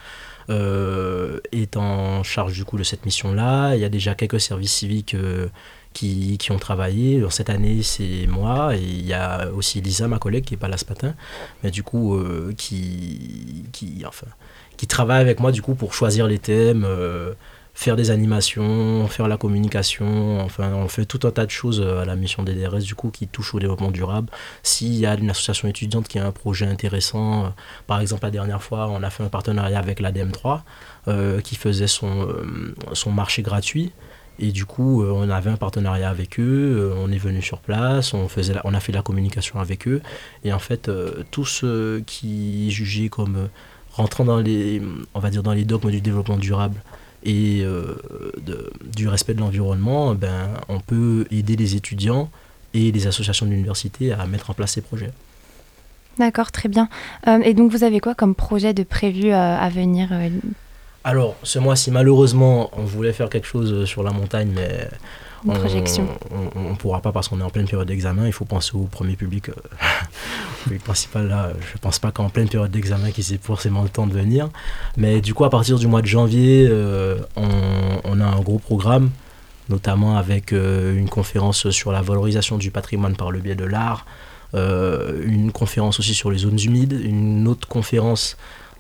euh, est en charge du coup de cette mission-là. Il y a déjà quelques services civiques euh, Qui, qui ont travaillé. Cette année, c'est moi, et il y a aussi Lisa, ma collègue, qui n'est pas là ce matin, mais du coup, euh, qui, qui, enfin, qui travaille avec moi du coup, pour choisir les thèmes, euh, faire des animations, faire la communication. Enfin, on fait tout un tas de choses à la mission des D R S du coup, qui touche au développement durable. S'il y a une association étudiante qui a un projet intéressant, euh, par exemple, la dernière fois, on a fait un partenariat avec l'A D M trois, euh, qui faisait son, euh, son marché gratuit. Et du coup, euh, on avait un partenariat avec eux, euh, on est venu sur place, on, faisait la, on a fait de la communication avec eux. Et en fait, euh, tout ce qui est jugé comme euh, rentrant dans les, on va dire dans les dogmes du développement durable et euh, de, du respect de l'environnement, ben, on peut aider les étudiants et les associations de l'université à mettre en place ces projets. D'accord, très bien. Euh, et donc, vous avez quoi comme projet de prévu euh, à venir euh... Alors, ce mois-ci, malheureusement, on voulait faire quelque chose sur la montagne, mais Une on projection. ne pourra pas parce qu'on est en pleine période d'examen. Il faut penser au premier public, euh, public principal. Là, je ne pense pas qu'en pleine période d'examen, qu'ils aient forcément le temps de venir. Mais du coup, à partir du mois de janvier, euh, on, on a un gros programme, notamment avec euh, une conférence sur la valorisation du patrimoine par le biais de l'art, euh, une conférence aussi sur les zones humides, une autre conférence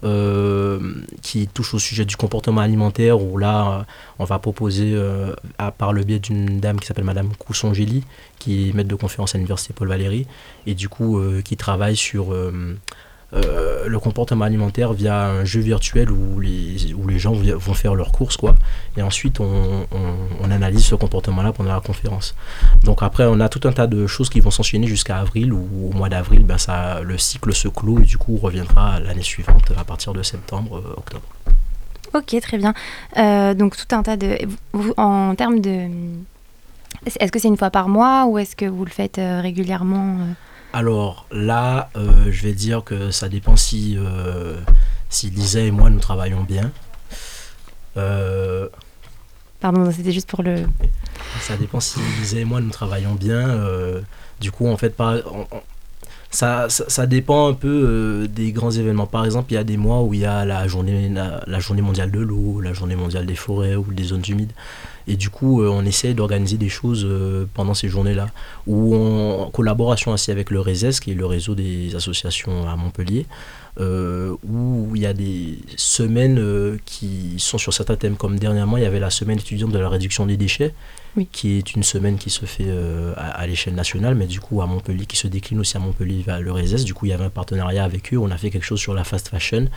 Euh, qui touche au sujet du comportement alimentaire, où là euh, on va proposer euh, à, par le biais d'une dame qui s'appelle Madame Coussongéli, qui est maître de conférence à l'université Paul Valéry, et du coup euh, qui travaille sur euh, euh, le comportement alimentaire via un jeu virtuel où les, où les gens vont faire leurs courses, quoi. Et ensuite on, on, on analyse ce comportement là pendant la conférence. Donc après on a tout un tas de choses qui vont s'enchaîner jusqu'à avril, où au mois d'avril ben, ça, le cycle se clôt, et du coup on reviendra l'année suivante à partir de septembre, euh, octobre. Ok, très bien. Euh, donc tout un tas de... Vous, en termes de... Est-ce que c'est une fois par mois ou est-ce que vous le faites euh, régulièrement euh Alors là, euh, je vais dire que ça dépend si, euh, si Lisa et moi nous travaillons bien. Euh, Pardon, c'était juste pour le... Ça dépend si Lisa et moi nous travaillons bien. Euh, du coup, en fait, pas, on, on, Ça, ça, ça dépend un peu euh, des grands événements. Par exemple, il y a des mois où il y a la journée, la, la journée mondiale de l'eau, la journée mondiale des forêts ou des zones humides. Et du coup, euh, on essaie d'organiser des choses euh, pendant ces journées-là, où on, en collaboration aussi avec le RESES, qui est le réseau des associations à Montpellier, euh, où il y a des semaines euh, qui sont sur certains thèmes. Comme dernièrement, il y avait la semaine étudiante de la réduction des déchets, oui. qui est une semaine qui se fait euh, à, à l'échelle nationale, mais du coup à Montpellier, qui se décline aussi à Montpellier vers le RESES. Du coup, il y avait un partenariat avec eux. On a fait quelque chose sur la fast fashion.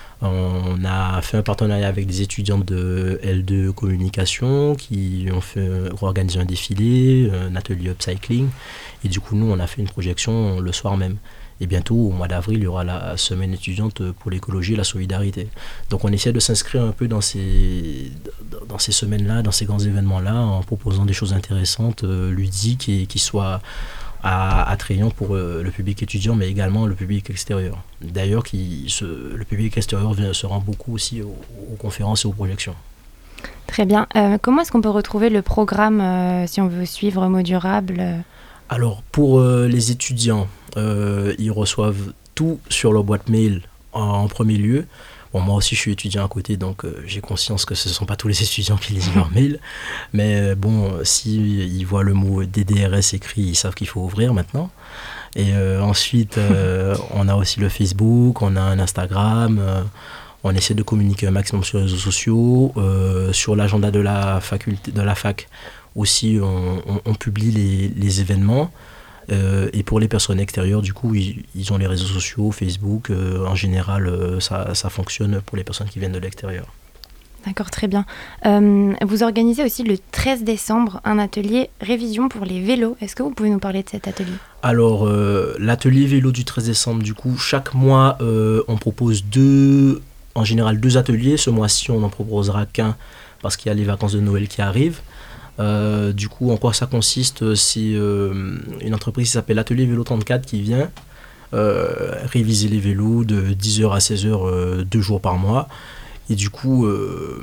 On a fait un partenariat avec des étudiantes de L deux Communication qui ont fait, organisé un défilé, un atelier upcycling. Et du coup, nous, on a fait une projection le soir même. Et bientôt, au mois d'avril, il y aura la semaine étudiante pour l'écologie et la solidarité. Donc on essaie de s'inscrire un peu dans ces, dans ces semaines-là, dans ces grands événements-là, en proposant des choses intéressantes, euh, ludiques et qui soient attrayant pour euh, le public étudiant, mais également le public extérieur. D'ailleurs, qui se, le public extérieur vient, se rend beaucoup aussi aux, aux conférences et aux projections. Très bien. Euh, comment est-ce qu'on peut retrouver le programme euh, si on veut suivre Mot Durable ? Alors, pour euh, les étudiants, euh, ils reçoivent tout sur leur boîte mail en, en premier lieu. Bon, moi aussi, je suis étudiant à côté, donc euh, j'ai conscience que ce ne sont pas tous les étudiants qui lisent leur mail. Mais euh, bon, s'ils si voient le mot D D R S écrit, ils savent qu'il faut ouvrir maintenant. Et euh, ensuite, euh, on a aussi le Facebook, on a un Instagram. Euh, on essaie de communiquer un maximum sur les réseaux sociaux. Euh, sur l'agenda de la faculté, de la fac aussi, on, on, on publie les, les événements. Euh, et pour les personnes extérieures, du coup, ils, ils ont les réseaux sociaux, Facebook. Euh, en général, euh, ça, ça fonctionne pour les personnes qui viennent de l'extérieur. D'accord, très bien. Euh, vous organisez aussi le treize décembre un atelier révision pour les vélos. Est-ce que vous pouvez nous parler de cet atelier ? Alors, euh, l'atelier vélo du treize décembre, du coup, chaque mois, euh, on propose deux, en général deux ateliers. Ce mois-ci, on n'en proposera qu'un parce qu'il y a les vacances de Noël qui arrivent. Euh, du coup, en quoi ça consiste ? C'est euh, une entreprise qui s'appelle Atelier Vélo trente-quatre qui vient euh, réviser les vélos de dix heures à seize heures, euh, deux jours par mois. Et du coup, euh,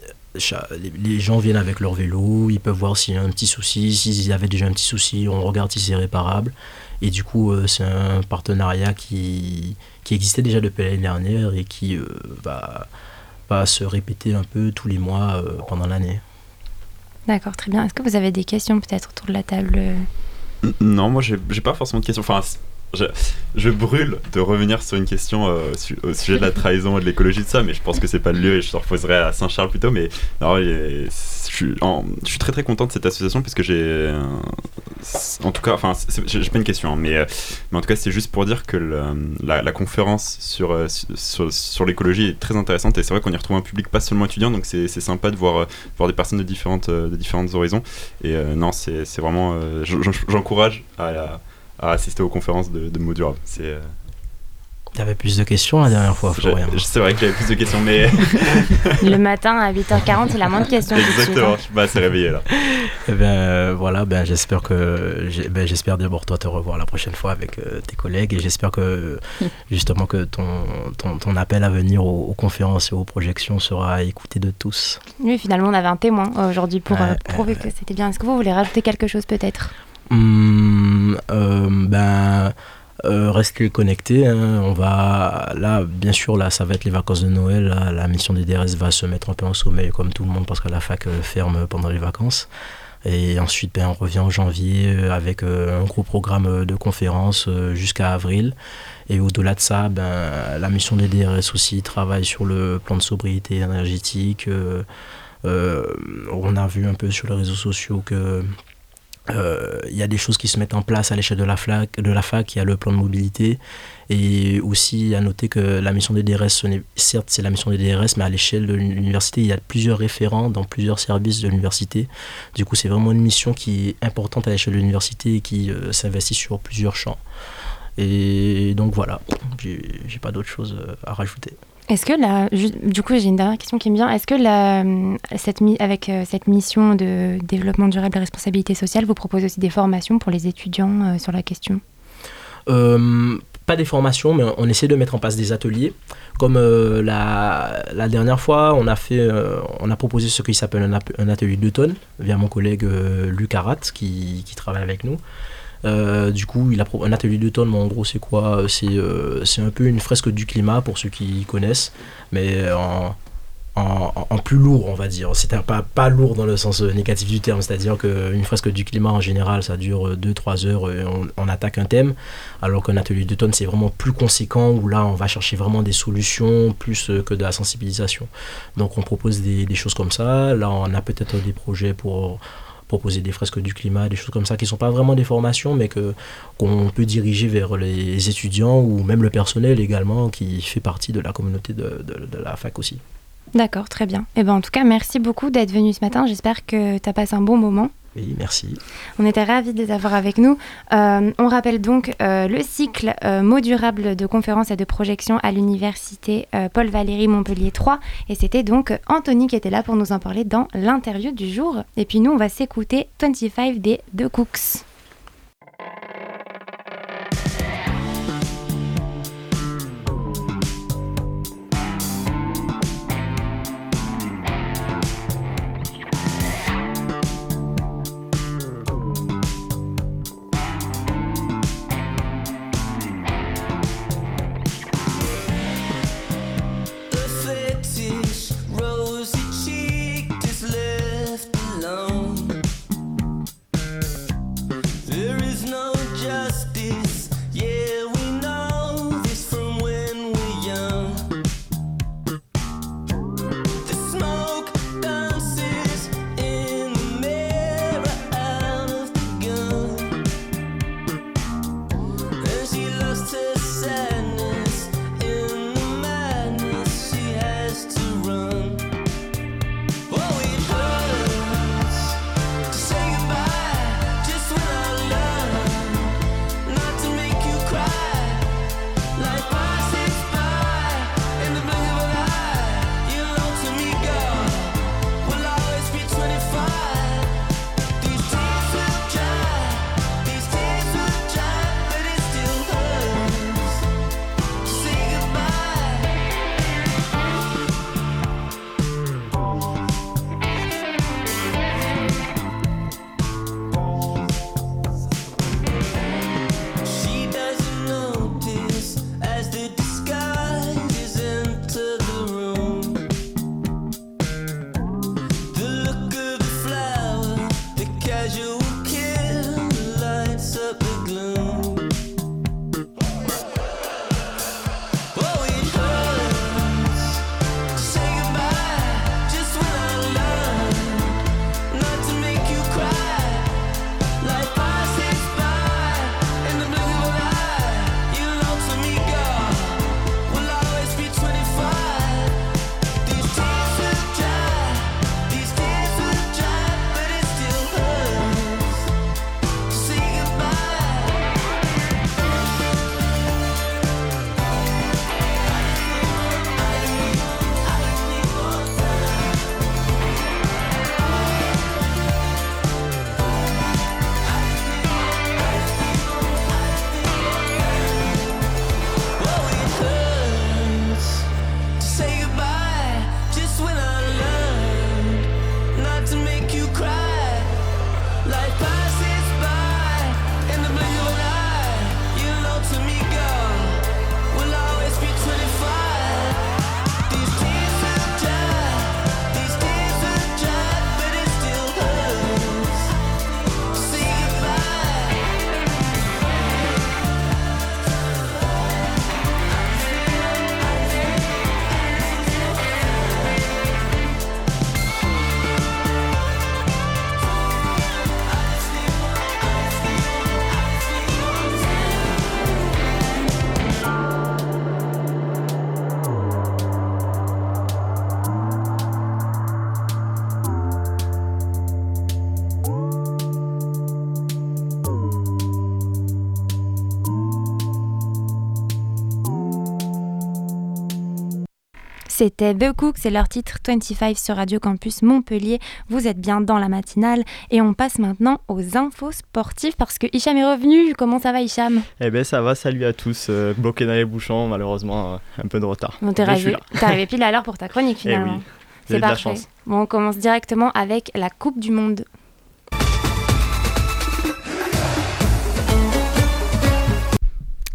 les, les gens viennent avec leur vélo, ils peuvent voir s'il y a un petit souci. S'il y avait déjà un petit souci, on regarde si c'est réparable. Et du coup, euh, c'est un partenariat qui, qui existait déjà depuis l'année dernière et qui euh, va, va se répéter un peu tous les mois euh, pendant l'année. D'accord, très bien. Est-ce que vous avez des questions peut-être autour de la table ? Non, moi j'ai, j'ai pas forcément de questions. Enfin, je, je brûle de revenir sur une question euh, su, au sujet de la trahison et de l'écologie de ça, mais je pense que c'est pas le lieu et je te reposerai à Saint-Charles plutôt. Mais non, je, suis, en, je suis très très content de cette association parce que j'ai, euh, en tout cas, enfin, c'est, j'ai, j'ai pas une question, hein, mais, euh, mais en tout cas, c'est juste pour dire que le, la, la conférence sur, euh, sur, sur l'écologie est très intéressante et c'est vrai qu'on y retrouve un public pas seulement étudiant, donc c'est, c'est sympa de voir, voir des personnes de différentes, de différentes horizons. Et euh, non, c'est, c'est vraiment, euh, j'encourage à, à à assister aux conférences de, de Mot Durable. C'est, euh... Tu avais plus de questions la dernière fois, Florian. C'est vrai que j'avais plus de questions, mais... Le matin à huit heures quarante, il a moins de questions. Exactement, je suis pas assez réveillé là. Et ben euh, voilà, ben, j'espère que ben, j'espère d'abord toi te revoir la prochaine fois avec euh, tes collègues et j'espère que justement que ton, ton, ton appel à venir aux, aux conférences et aux projections sera écouté de tous. Oui, finalement on avait un témoin aujourd'hui pour ouais, euh, prouver ouais, que c'était bien. Est-ce que vous voulez rajouter quelque chose peut-être ? Hum, euh, ben, euh, restez connectés. Hein. On va là, bien sûr, là, ça va être les vacances de Noël. Là, la mission des D R S va se mettre un peu en sommeil comme tout le monde parce que la fac euh, ferme pendant les vacances. Et ensuite, ben, on revient en janvier avec euh, un gros programme de conférences euh, jusqu'à avril. Et au-delà de ça, ben, la mission des D R S aussi travaille sur le plan de sobriété énergétique. Euh, euh, on a vu un peu sur les réseaux sociaux que il euh, y a des choses qui se mettent en place à l'échelle de la, fac, de la fac, il y a le plan de mobilité et aussi à noter que la mission des D R S, ce n'est, certes c'est la mission des D R S, mais à l'échelle de l'université, il y a plusieurs référents dans plusieurs services de l'université. Du coup, c'est vraiment une mission qui est importante à l'échelle de l'université et qui euh, s'investit sur plusieurs champs. Et donc voilà, j'ai, j'ai pas d'autre chose à rajouter. Est-ce que la, du coup j'ai une dernière question qui me vient, est-ce que la, cette, avec cette mission de développement durable et responsabilité sociale, vous proposez aussi des formations pour les étudiants euh, sur la question ? euh, Pas des formations, mais on essaie de mettre en place des ateliers. Comme euh, la, la dernière fois, on a, fait, euh, on a proposé ce qui s'appelle un, un atelier d'automne via mon collègue euh, Luc Arat qui, qui travaille avec nous. Euh, du coup, il a pro- un atelier d'automne, mais en gros, c'est quoi ? C'est, euh, c'est un peu une fresque du climat pour ceux qui connaissent, mais en, en, en plus lourd, on va dire. C'est un, pas, pas lourd dans le sens négatif du terme, c'est-à-dire qu'une fresque du climat, en général, ça dure deux trois heures, et on, on attaque un thème, alors qu'un atelier d'automne, c'est vraiment plus conséquent, où là, on va chercher vraiment des solutions, plus que de la sensibilisation. Donc, on propose des, des choses comme ça. Là, on a peut-être des projets pour proposer des fresques du climat, des choses comme ça qui ne sont pas vraiment des formations, mais que, qu'on peut diriger vers les étudiants ou même le personnel également qui fait partie de la communauté de, de, de la fac aussi. D'accord, très bien. Et ben, en tout cas, merci beaucoup d'être venu ce matin. J'espère que tu as passé un bon moment. Oui, merci. On était ravis de les avoir avec nous. Euh, on rappelle donc euh, le cycle euh, mots durables de conférences et de projections à l'université euh, Paul Valéry Montpellier trois. Et c'était donc Anthony qui était là pour nous en parler dans l'interview du jour. Et puis nous, on va s'écouter vingt-cinq des The Cooks. C'était The Cook, c'est leur titre vingt-cinq sur Radio Campus Montpellier. Vous êtes bien dans la matinale et on passe maintenant aux infos sportives parce que Hicham est revenu. Comment ça va, Hicham ? Eh ben ça va, salut à tous. Euh, bloqué dans les bouchons, malheureusement, euh, un peu de retard. Bon, t'es, arrivé, t'es arrivé pile à l'heure pour ta chronique finalement. Eh oui, c'est parfait. De la chance. Bon, on commence directement avec la Coupe du Monde.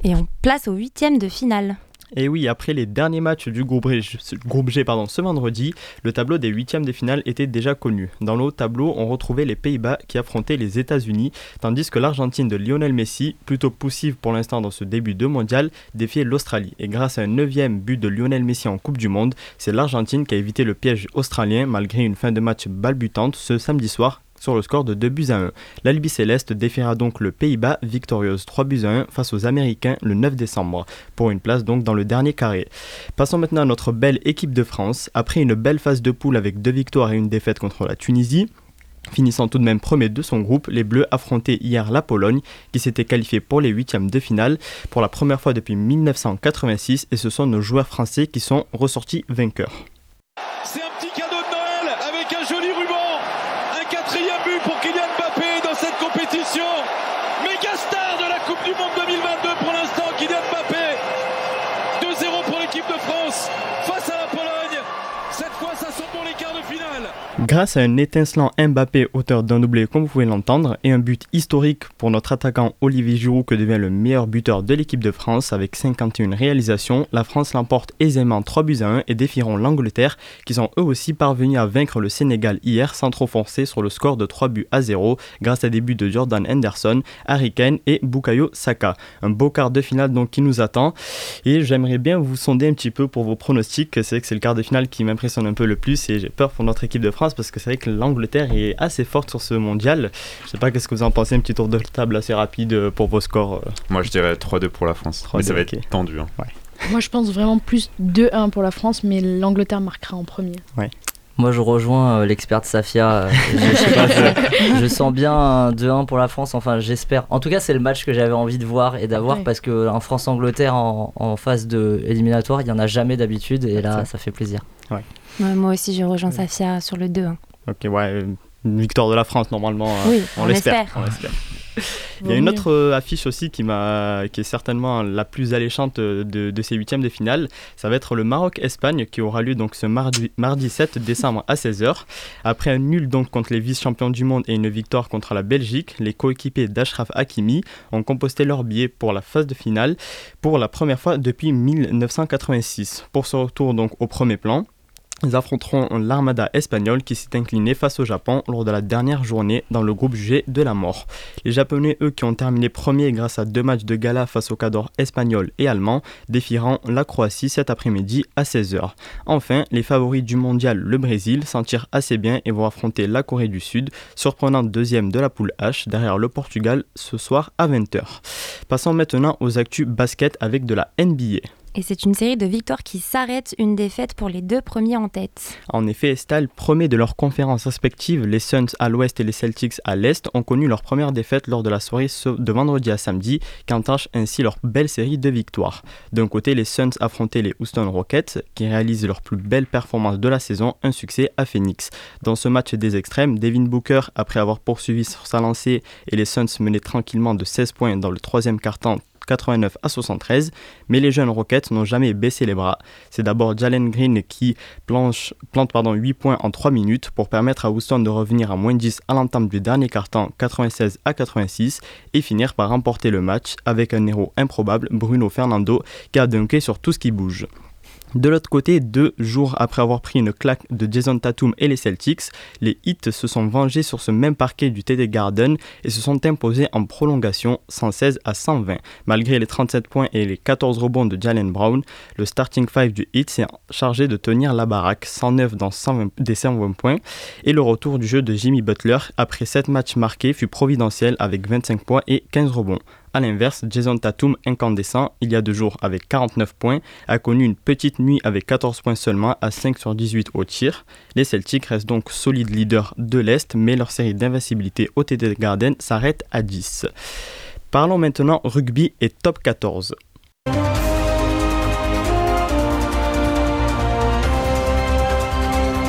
Et on place au huitième de finale. Et oui, après les derniers matchs du groupe G, groupe G pardon, ce vendredi, le tableau des huitièmes de finale était déjà connu. Dans le haut tableau, on retrouvait les Pays-Bas qui affrontaient les États-Unis, tandis que l'Argentine de Lionel Messi, plutôt poussive pour l'instant dans ce début de mondial, défiait l'Australie. Et grâce à un neuvième but de Lionel Messi en Coupe du Monde, c'est l'Argentine qui a évité le piège australien malgré une fin de match balbutante ce samedi soir, sur le score de deux buts à un. L'Albi Céleste défiera donc le Pays-Bas victorieuse trois buts à un face aux Américains le neuf décembre, pour une place donc dans le dernier carré. Passons maintenant à notre belle équipe de France. Après une belle phase de poule avec deux victoires et une défaite contre la Tunisie, finissant tout de même premier de son groupe, les Bleus affrontaient hier la Pologne, qui s'était qualifiée pour les huitièmes de finale pour la première fois depuis dix-neuf cent quatre-vingt-six, et ce sont nos joueurs français qui sont ressortis vainqueurs. C'est un petit cadeau de Noël avec un joli ruban. Quatrième but pour Kylian Mbappé dans cette compétition. Méga star de la Coupe du Monde deux mille vingt-deux pour l'instant, Kylian Mbappé. deux zéro pour l'équipe de France face à la Pologne. Cette fois, ça sent pour les quarts de finale. Grâce à un étincelant Mbappé, auteur d'un doublé comme vous pouvez l'entendre, et un but historique pour notre attaquant Olivier Giroud, que devient le meilleur buteur de l'équipe de France avec cinquante et une réalisations, la France l'emporte aisément trois buts à un et défieront l'Angleterre, qui sont eux aussi parvenus à vaincre le Sénégal hier sans trop forcer sur le score de trois buts à zéro grâce à des buts de Jordan Henderson, Harry Kane et Bukayo Saka. Un beau quart de finale donc qui nous attend, et j'aimerais bien vous sonder un petit peu pour vos pronostics. C'est vrai que c'est le quart de finale qui m'impressionne un peu le plus et j'ai peur pour notre équipe de France parce que c'est vrai que l'Angleterre est assez forte sur ce mondial. Je sais pas qu'est-ce que vous en pensez, un petit tour de table assez rapide pour vos scores. Moi je dirais trois deux pour la France, mais ça va okay. être tendu. Hein. Ouais. Moi je pense vraiment plus deux un pour la France, mais l'Angleterre marquera en premier. Ouais. Moi je rejoins euh, l'experte Safia, euh, je, sais pas, je, je sens bien un deux un pour la France, enfin j'espère. En tout cas c'est le match que j'avais envie de voir et d'avoir, ouais. Parce qu'un France-Angleterre en, en phase de éliminatoire, il n'y en a jamais d'habitude et là ça fait plaisir. Ouais. Ouais, moi aussi je rejoins ouais. Safia sur le deux un. Ok, ouais, une victoire de la France normalement, oui, on, on l'espère. l'espère. On l'espère. Il y a une autre euh, affiche aussi qui, m'a, qui est certainement la plus alléchante de, de ces huitièmes de finale. Ça va être le Maroc-Espagne qui aura lieu donc ce mardi, mardi sept décembre à seize heures. Après un nul donc contre les vice-champions du monde et une victoire contre la Belgique, les coéquipiers d'Achraf Hakimi ont composté leur billet pour la phase de finale pour la première fois depuis dix-neuf cent quatre-vingt-six. Pour ce retour donc au premier plan, ils affronteront l'Armada espagnole qui s'est inclinée face au Japon lors de la dernière journée dans le groupe G de la mort. Les Japonais, eux, qui ont terminé premiers grâce à deux matchs de gala face aux cadors espagnols et allemands, défieront la Croatie cet après-midi à seize heures. Enfin, les favoris du mondial, le Brésil, s'en tirent assez bien et vont affronter la Corée du Sud, surprenante deuxième de la poule H, derrière le Portugal ce soir à vingt heures. Passons maintenant aux actus basket avec de la N B A. Et c'est une série de victoires qui s'arrête, une défaite pour les deux premiers en tête. En effet, Estal, premiers de leurs conférences respectives, les Suns à l'ouest et les Celtics à l'est, ont connu leur première défaite lors de la soirée de vendredi à samedi, qui entachent ainsi leur belle série de victoires. D'un côté, les Suns affrontaient les Houston Rockets, qui réalisent leur plus belle performance de la saison, un succès à Phoenix. Dans ce match des extrêmes, Devin Booker, après avoir poursuivi sur sa lancée et les Suns menaient tranquillement de seize points dans le troisième quart-temps, quatre-vingt-neuf à soixante-treize, mais les jeunes Rockets n'ont jamais baissé les bras. C'est d'abord Jalen Green qui planche, plante pardon, huit points en trois minutes pour permettre à Houston de revenir à moins dix à l'entame du dernier quart-temps, quatre-vingt-seize à quatre-vingt-six, et finir par remporter le match avec un héros improbable, Bruno Fernando, qui a dunké sur tout ce qui bouge. De l'autre côté, deux jours après avoir pris une claque de Jason Tatum et les Celtics, les Heat se sont vengés sur ce même parquet du T D Garden et se sont imposés en prolongation cent seize à cent vingt. Malgré les trente-sept points et les quatorze rebonds de Jaylen Brown, le starting five du Heat s'est chargé de tenir la baraque, cent neuf dans cent vingt, des cent vingt points, et le retour du jeu de Jimmy Butler après sept matchs marqués fut providentiel avec vingt-cinq points et quinze rebonds. A l'inverse, Jason Tatum, incandescent, il y a deux jours avec quarante-neuf points, a connu une petite nuit avec quatorze points seulement à cinq sur dix-huit au tir. Les Celtics restent donc solides leaders de l'Est, mais leur série d'invincibilité au T D Garden s'arrête à dix. Parlons maintenant rugby et top quatorze.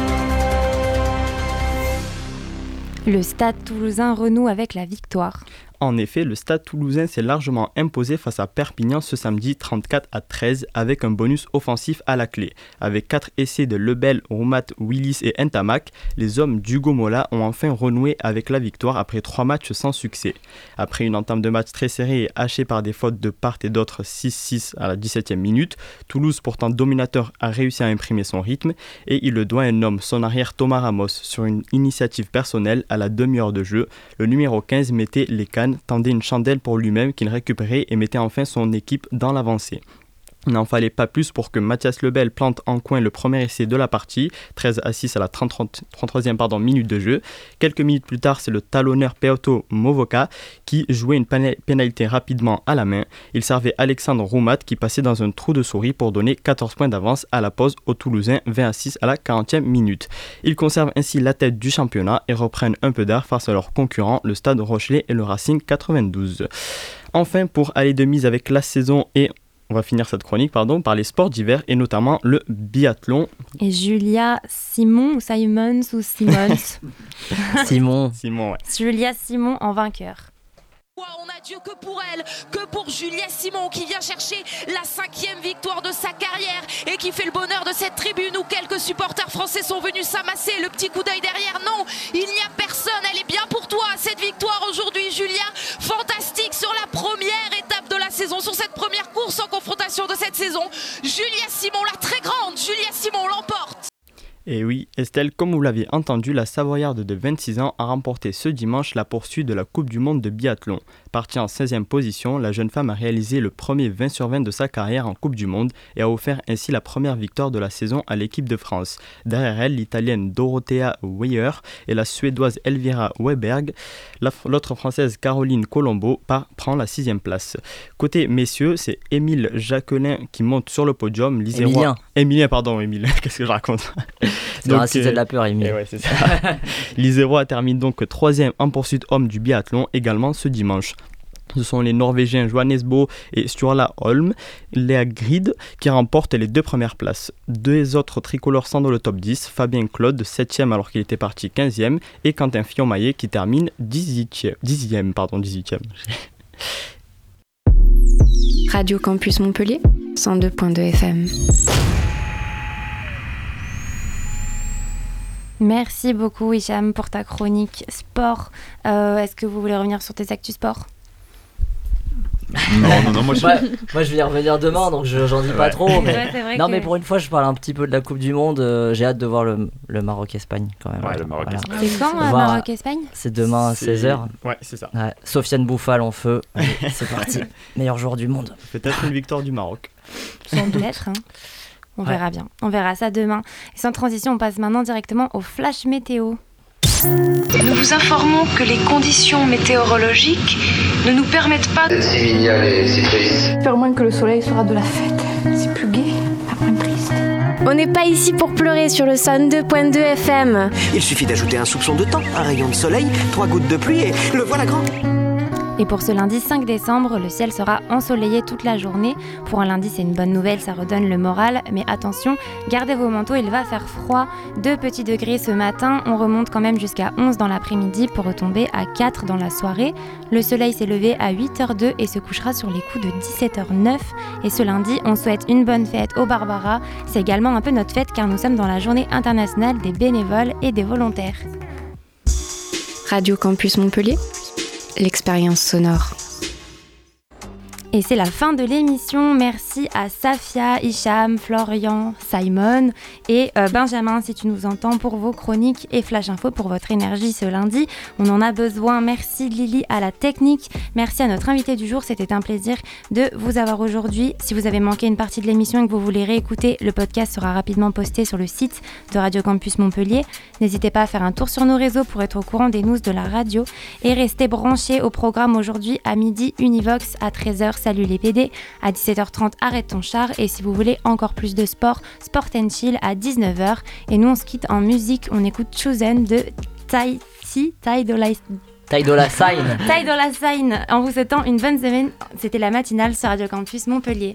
Le Stade Toulousain renoue avec la victoire. En effet, le Stade Toulousain s'est largement imposé face à Perpignan ce samedi trente-quatre à treize avec un bonus offensif à la clé. Avec quatre essais de Lebel, Roumat, Willis et Ntamak, les hommes d'Hugo Mola ont enfin renoué avec la victoire après trois matchs sans succès. Après une entame de match très serrée et hachée par des fautes de part et d'autre six six à la dix-septième minute, Toulouse, pourtant dominateur, a réussi à imprimer son rythme et il le doit à un homme, son arrière Thomas Ramos, sur une initiative personnelle à la demi-heure de jeu. Le numéro quinze mettait les cannes, tendait une chandelle pour lui-même qu'il récupérait et mettait enfin son équipe dans l'avancée. Il n'en fallait pas plus pour que Mathias Lebel plante en coin le premier essai de la partie, treize à six à la trente-troisième pardon, minute de jeu. Quelques minutes plus tard, c'est le talonneur Peoto Movoka qui jouait une pénalité rapidement à la main. Il servait Alexandre Roumat qui passait dans un trou de souris pour donner quatorze points d'avance à la pause aux Toulousains, vingt à six à la quarantième minute. Ils conservent ainsi la tête du championnat et reprennent un peu d'air face à leurs concurrents, le Stade Rochelais et le Racing quatre-vingt-douze. Enfin, pour aller de mise avec la saison et on va finir cette chronique pardon, par les sports d'hiver et notamment le biathlon. Et Julia Simon ou Simons ou Simons Simon. Simon, ouais. Julia Simon en vainqueur. On n'a Dieu que pour elle, que pour Julia Simon qui vient chercher la cinquième victoire de sa carrière et qui fait le bonheur de cette tribune où quelques supporters français sont venus s'amasser. Le petit coup d'œil derrière, non, il n'y a personne. Elle est bien pour toi cette victoire aujourd'hui, Julia. Fantastique sur la première étape de la saison, sur cette première course en confrontation de cette saison. Julia Simon, la très grande Julia Simon l'emporte. Et oui, Estelle, comme vous l'avez entendu, la Savoyarde de vingt-six ans a remporté ce dimanche la poursuite de la Coupe du Monde de biathlon. Partie en seizième position, la jeune femme a réalisé le premier vingt sur vingt de sa carrière en Coupe du Monde et a offert ainsi la première victoire de la saison à l'équipe de France. Derrière elle, l'Italienne Dorothea Weyer et la Suédoise Elvira Weberg. L'autre Française Caroline Colombo prend la sixième place. Côté messieurs, c'est Émile Jacquelin qui monte sur le podium. Émilien. Émilien, pardon, Émile, qu'est-ce que je raconte? C'est un site de la peur, Émile. Ouais, c'est ça. L'Isérois termine donc troisième en poursuite homme du biathlon également ce dimanche. Ce sont les Norvégiens Johannes Bo et Sturla Holm, Léa Grid, qui remportent les deux premières places. Deux autres tricolores sont dans le top dix, Fabien Claude, septième alors qu'il était parti quinzième, et Quentin Fillon-Maillet qui termine dixième. dixième, pardon, dix-huitième. Radio Campus Montpellier, cent deux virgule deux F M. Merci beaucoup Hicham pour ta chronique sport. Euh, est-ce que vous voulez revenir sur tes actus sport ? Non, non, non, moi je... moi, moi je vais y revenir demain donc je, j'en dis pas ouais. trop. Mais... Ouais, c'est vrai non, que... mais pour une fois, je parle un petit peu de la Coupe du Monde. Euh, j'ai hâte de voir le, le Maroc-Espagne quand même. Ouais, le Maroc-Espagne. Voilà. C'est quand euh, voir... Maroc-Espagne ? C'est demain à c'est... seize heures. Ouais, c'est ça. Ouais. Sofiane Bouffal en feu. Allez, c'est parti. Meilleur joueur du monde. Peut-être une victoire du Maroc. Sans doute. Hein. On ouais. verra bien. On verra ça demain. Et sans transition, on passe maintenant directement au flash météo. Nous vous informons que les conditions météorologiques ne nous permettent pas de... C'est mignon et c'est triste. Faire moins que le soleil sera de la fête. C'est plus gai, pas moins triste. On n'est pas ici pour pleurer sur le cent deux virgule deux F M. Il suffit d'ajouter un soupçon de temps, un rayon de soleil, trois gouttes de pluie et le voilà grand. Et pour ce lundi cinq décembre, le ciel sera ensoleillé toute la journée. Pour un lundi, c'est une bonne nouvelle, ça redonne le moral. Mais attention, gardez vos manteaux, il va faire froid. deux petits degrés ce matin, on remonte quand même jusqu'à onze dans l'après-midi pour retomber à quatre dans la soirée. Le soleil s'est levé à huit heures deux et se couchera sur les coups de dix-sept heures neuf. Et ce lundi, on souhaite une bonne fête aux Barbara. C'est également un peu notre fête car nous sommes dans la journée internationale des bénévoles et des volontaires. Radio Campus Montpellier, l'expérience sonore. Et c'est la fin de l'émission. Merci à Safia, Hicham, Florian, Simon et euh, Benjamin si tu nous entends pour vos chroniques et Flash Info pour votre énergie ce lundi. On en a besoin. Merci Lily à la technique. Merci à notre invité du jour. C'était un plaisir de vous avoir aujourd'hui. Si vous avez manqué une partie de l'émission et que vous voulez réécouter, le podcast sera rapidement posté sur le site de Radio Campus Montpellier. N'hésitez pas à faire un tour sur nos réseaux pour être au courant des news de la radio et restez branchés au programme aujourd'hui à midi Univox, à treize heures. Salut les P D, à dix-sept heures trente Arrête ton char et si vous voulez encore plus de sport, Sport and Chill à dix-neuf heures. Et nous on se quitte en musique, on écoute Chosen de Tai Chi, Tai Dolla Tai Dolla Sign. Tai Dolla Sign. En vous souhaitant une bonne semaine, c'était la matinale sur Radio Campus Montpellier.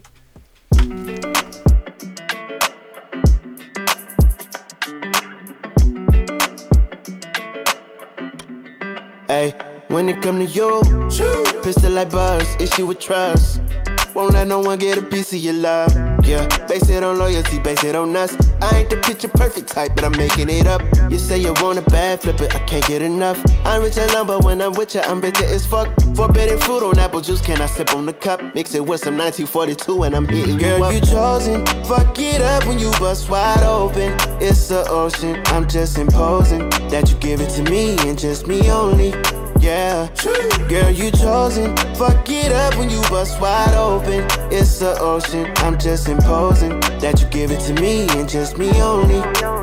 Hey. When it come to you, pistol like buzz, issue with trust. Won't let no one get a piece of your love. Yeah, base it on loyalty, base it on us. I ain't the picture perfect type, but I'm making it up. You say you want a bad, flip it, I can't get enough. I'm rich alone, but when I'm with you, I'm bitter as fuck. Forbidden fruit on apple juice, can I sip on the cup? Mix it with some nineteen forty-two and I'm hitting you up. Girl, you chosen, fuck it up when you bust wide open. It's the ocean, I'm just imposing that you give it to me and just me only. Yeah, girl, you chosen. Fuck it up when you bust wide open. It's the ocean, I'm just imposing that you give it to me and just me only.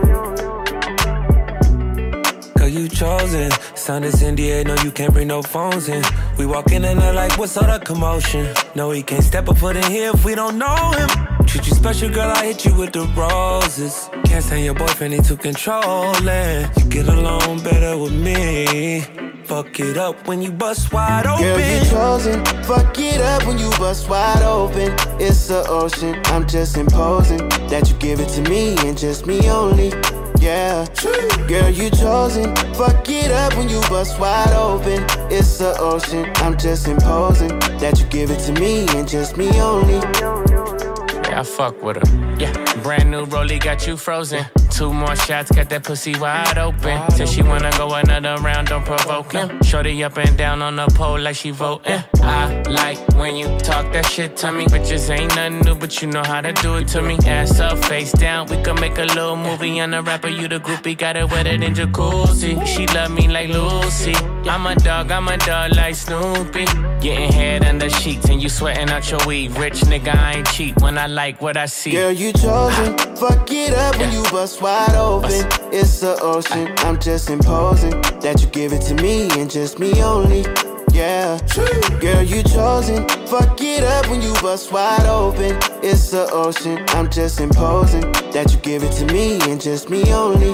Girl, you chosen. Sound is in the air, no, you can't bring no phones in. We walk in and they're like, what's all the commotion? No, he can't step a foot in here if we don't know him. Treat you special, girl, I hit you with the roses. Can't stand your boyfriend, he too controlling. You get along better with me. Fuck it up when you bust wide open. Girl, you chosen. Fuck it up when you bust wide open. It's the ocean, I'm just imposing that you give it to me and just me only. Yeah, girl, you chosen. Fuck it up when you bust wide open. It's the ocean, I'm just imposing that you give it to me and just me only. Yeah, I fuck with her. Yeah, brand new rollie got you frozen. Two more shots, got that pussy wide open. Said she wanna go another round, don't provoke him. Shorty up and down on the pole like she voting. I like when you talk that shit to me. Bitches ain't nothing new, but you know how to do it to me. Ass up, face down, we can make a little movie. On the rapper, you the groupie, got it wetter than jacuzzi. She love me like Lucy. I'm a dog, I'm a dog like Snoopy. Getting head under sheets and you sweating out your weed. Rich nigga, I ain't cheap when I like what I see. Girl, you chosen. Fuck it up when you bust wide open. It's the ocean, I'm just imposing that you give it to me and just me only. Yeah, girl, you chosen. Fuck it up when you bust wide open. It's the ocean, I'm just imposing that you give it to me and just me only.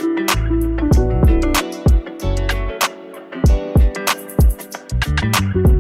Thank you.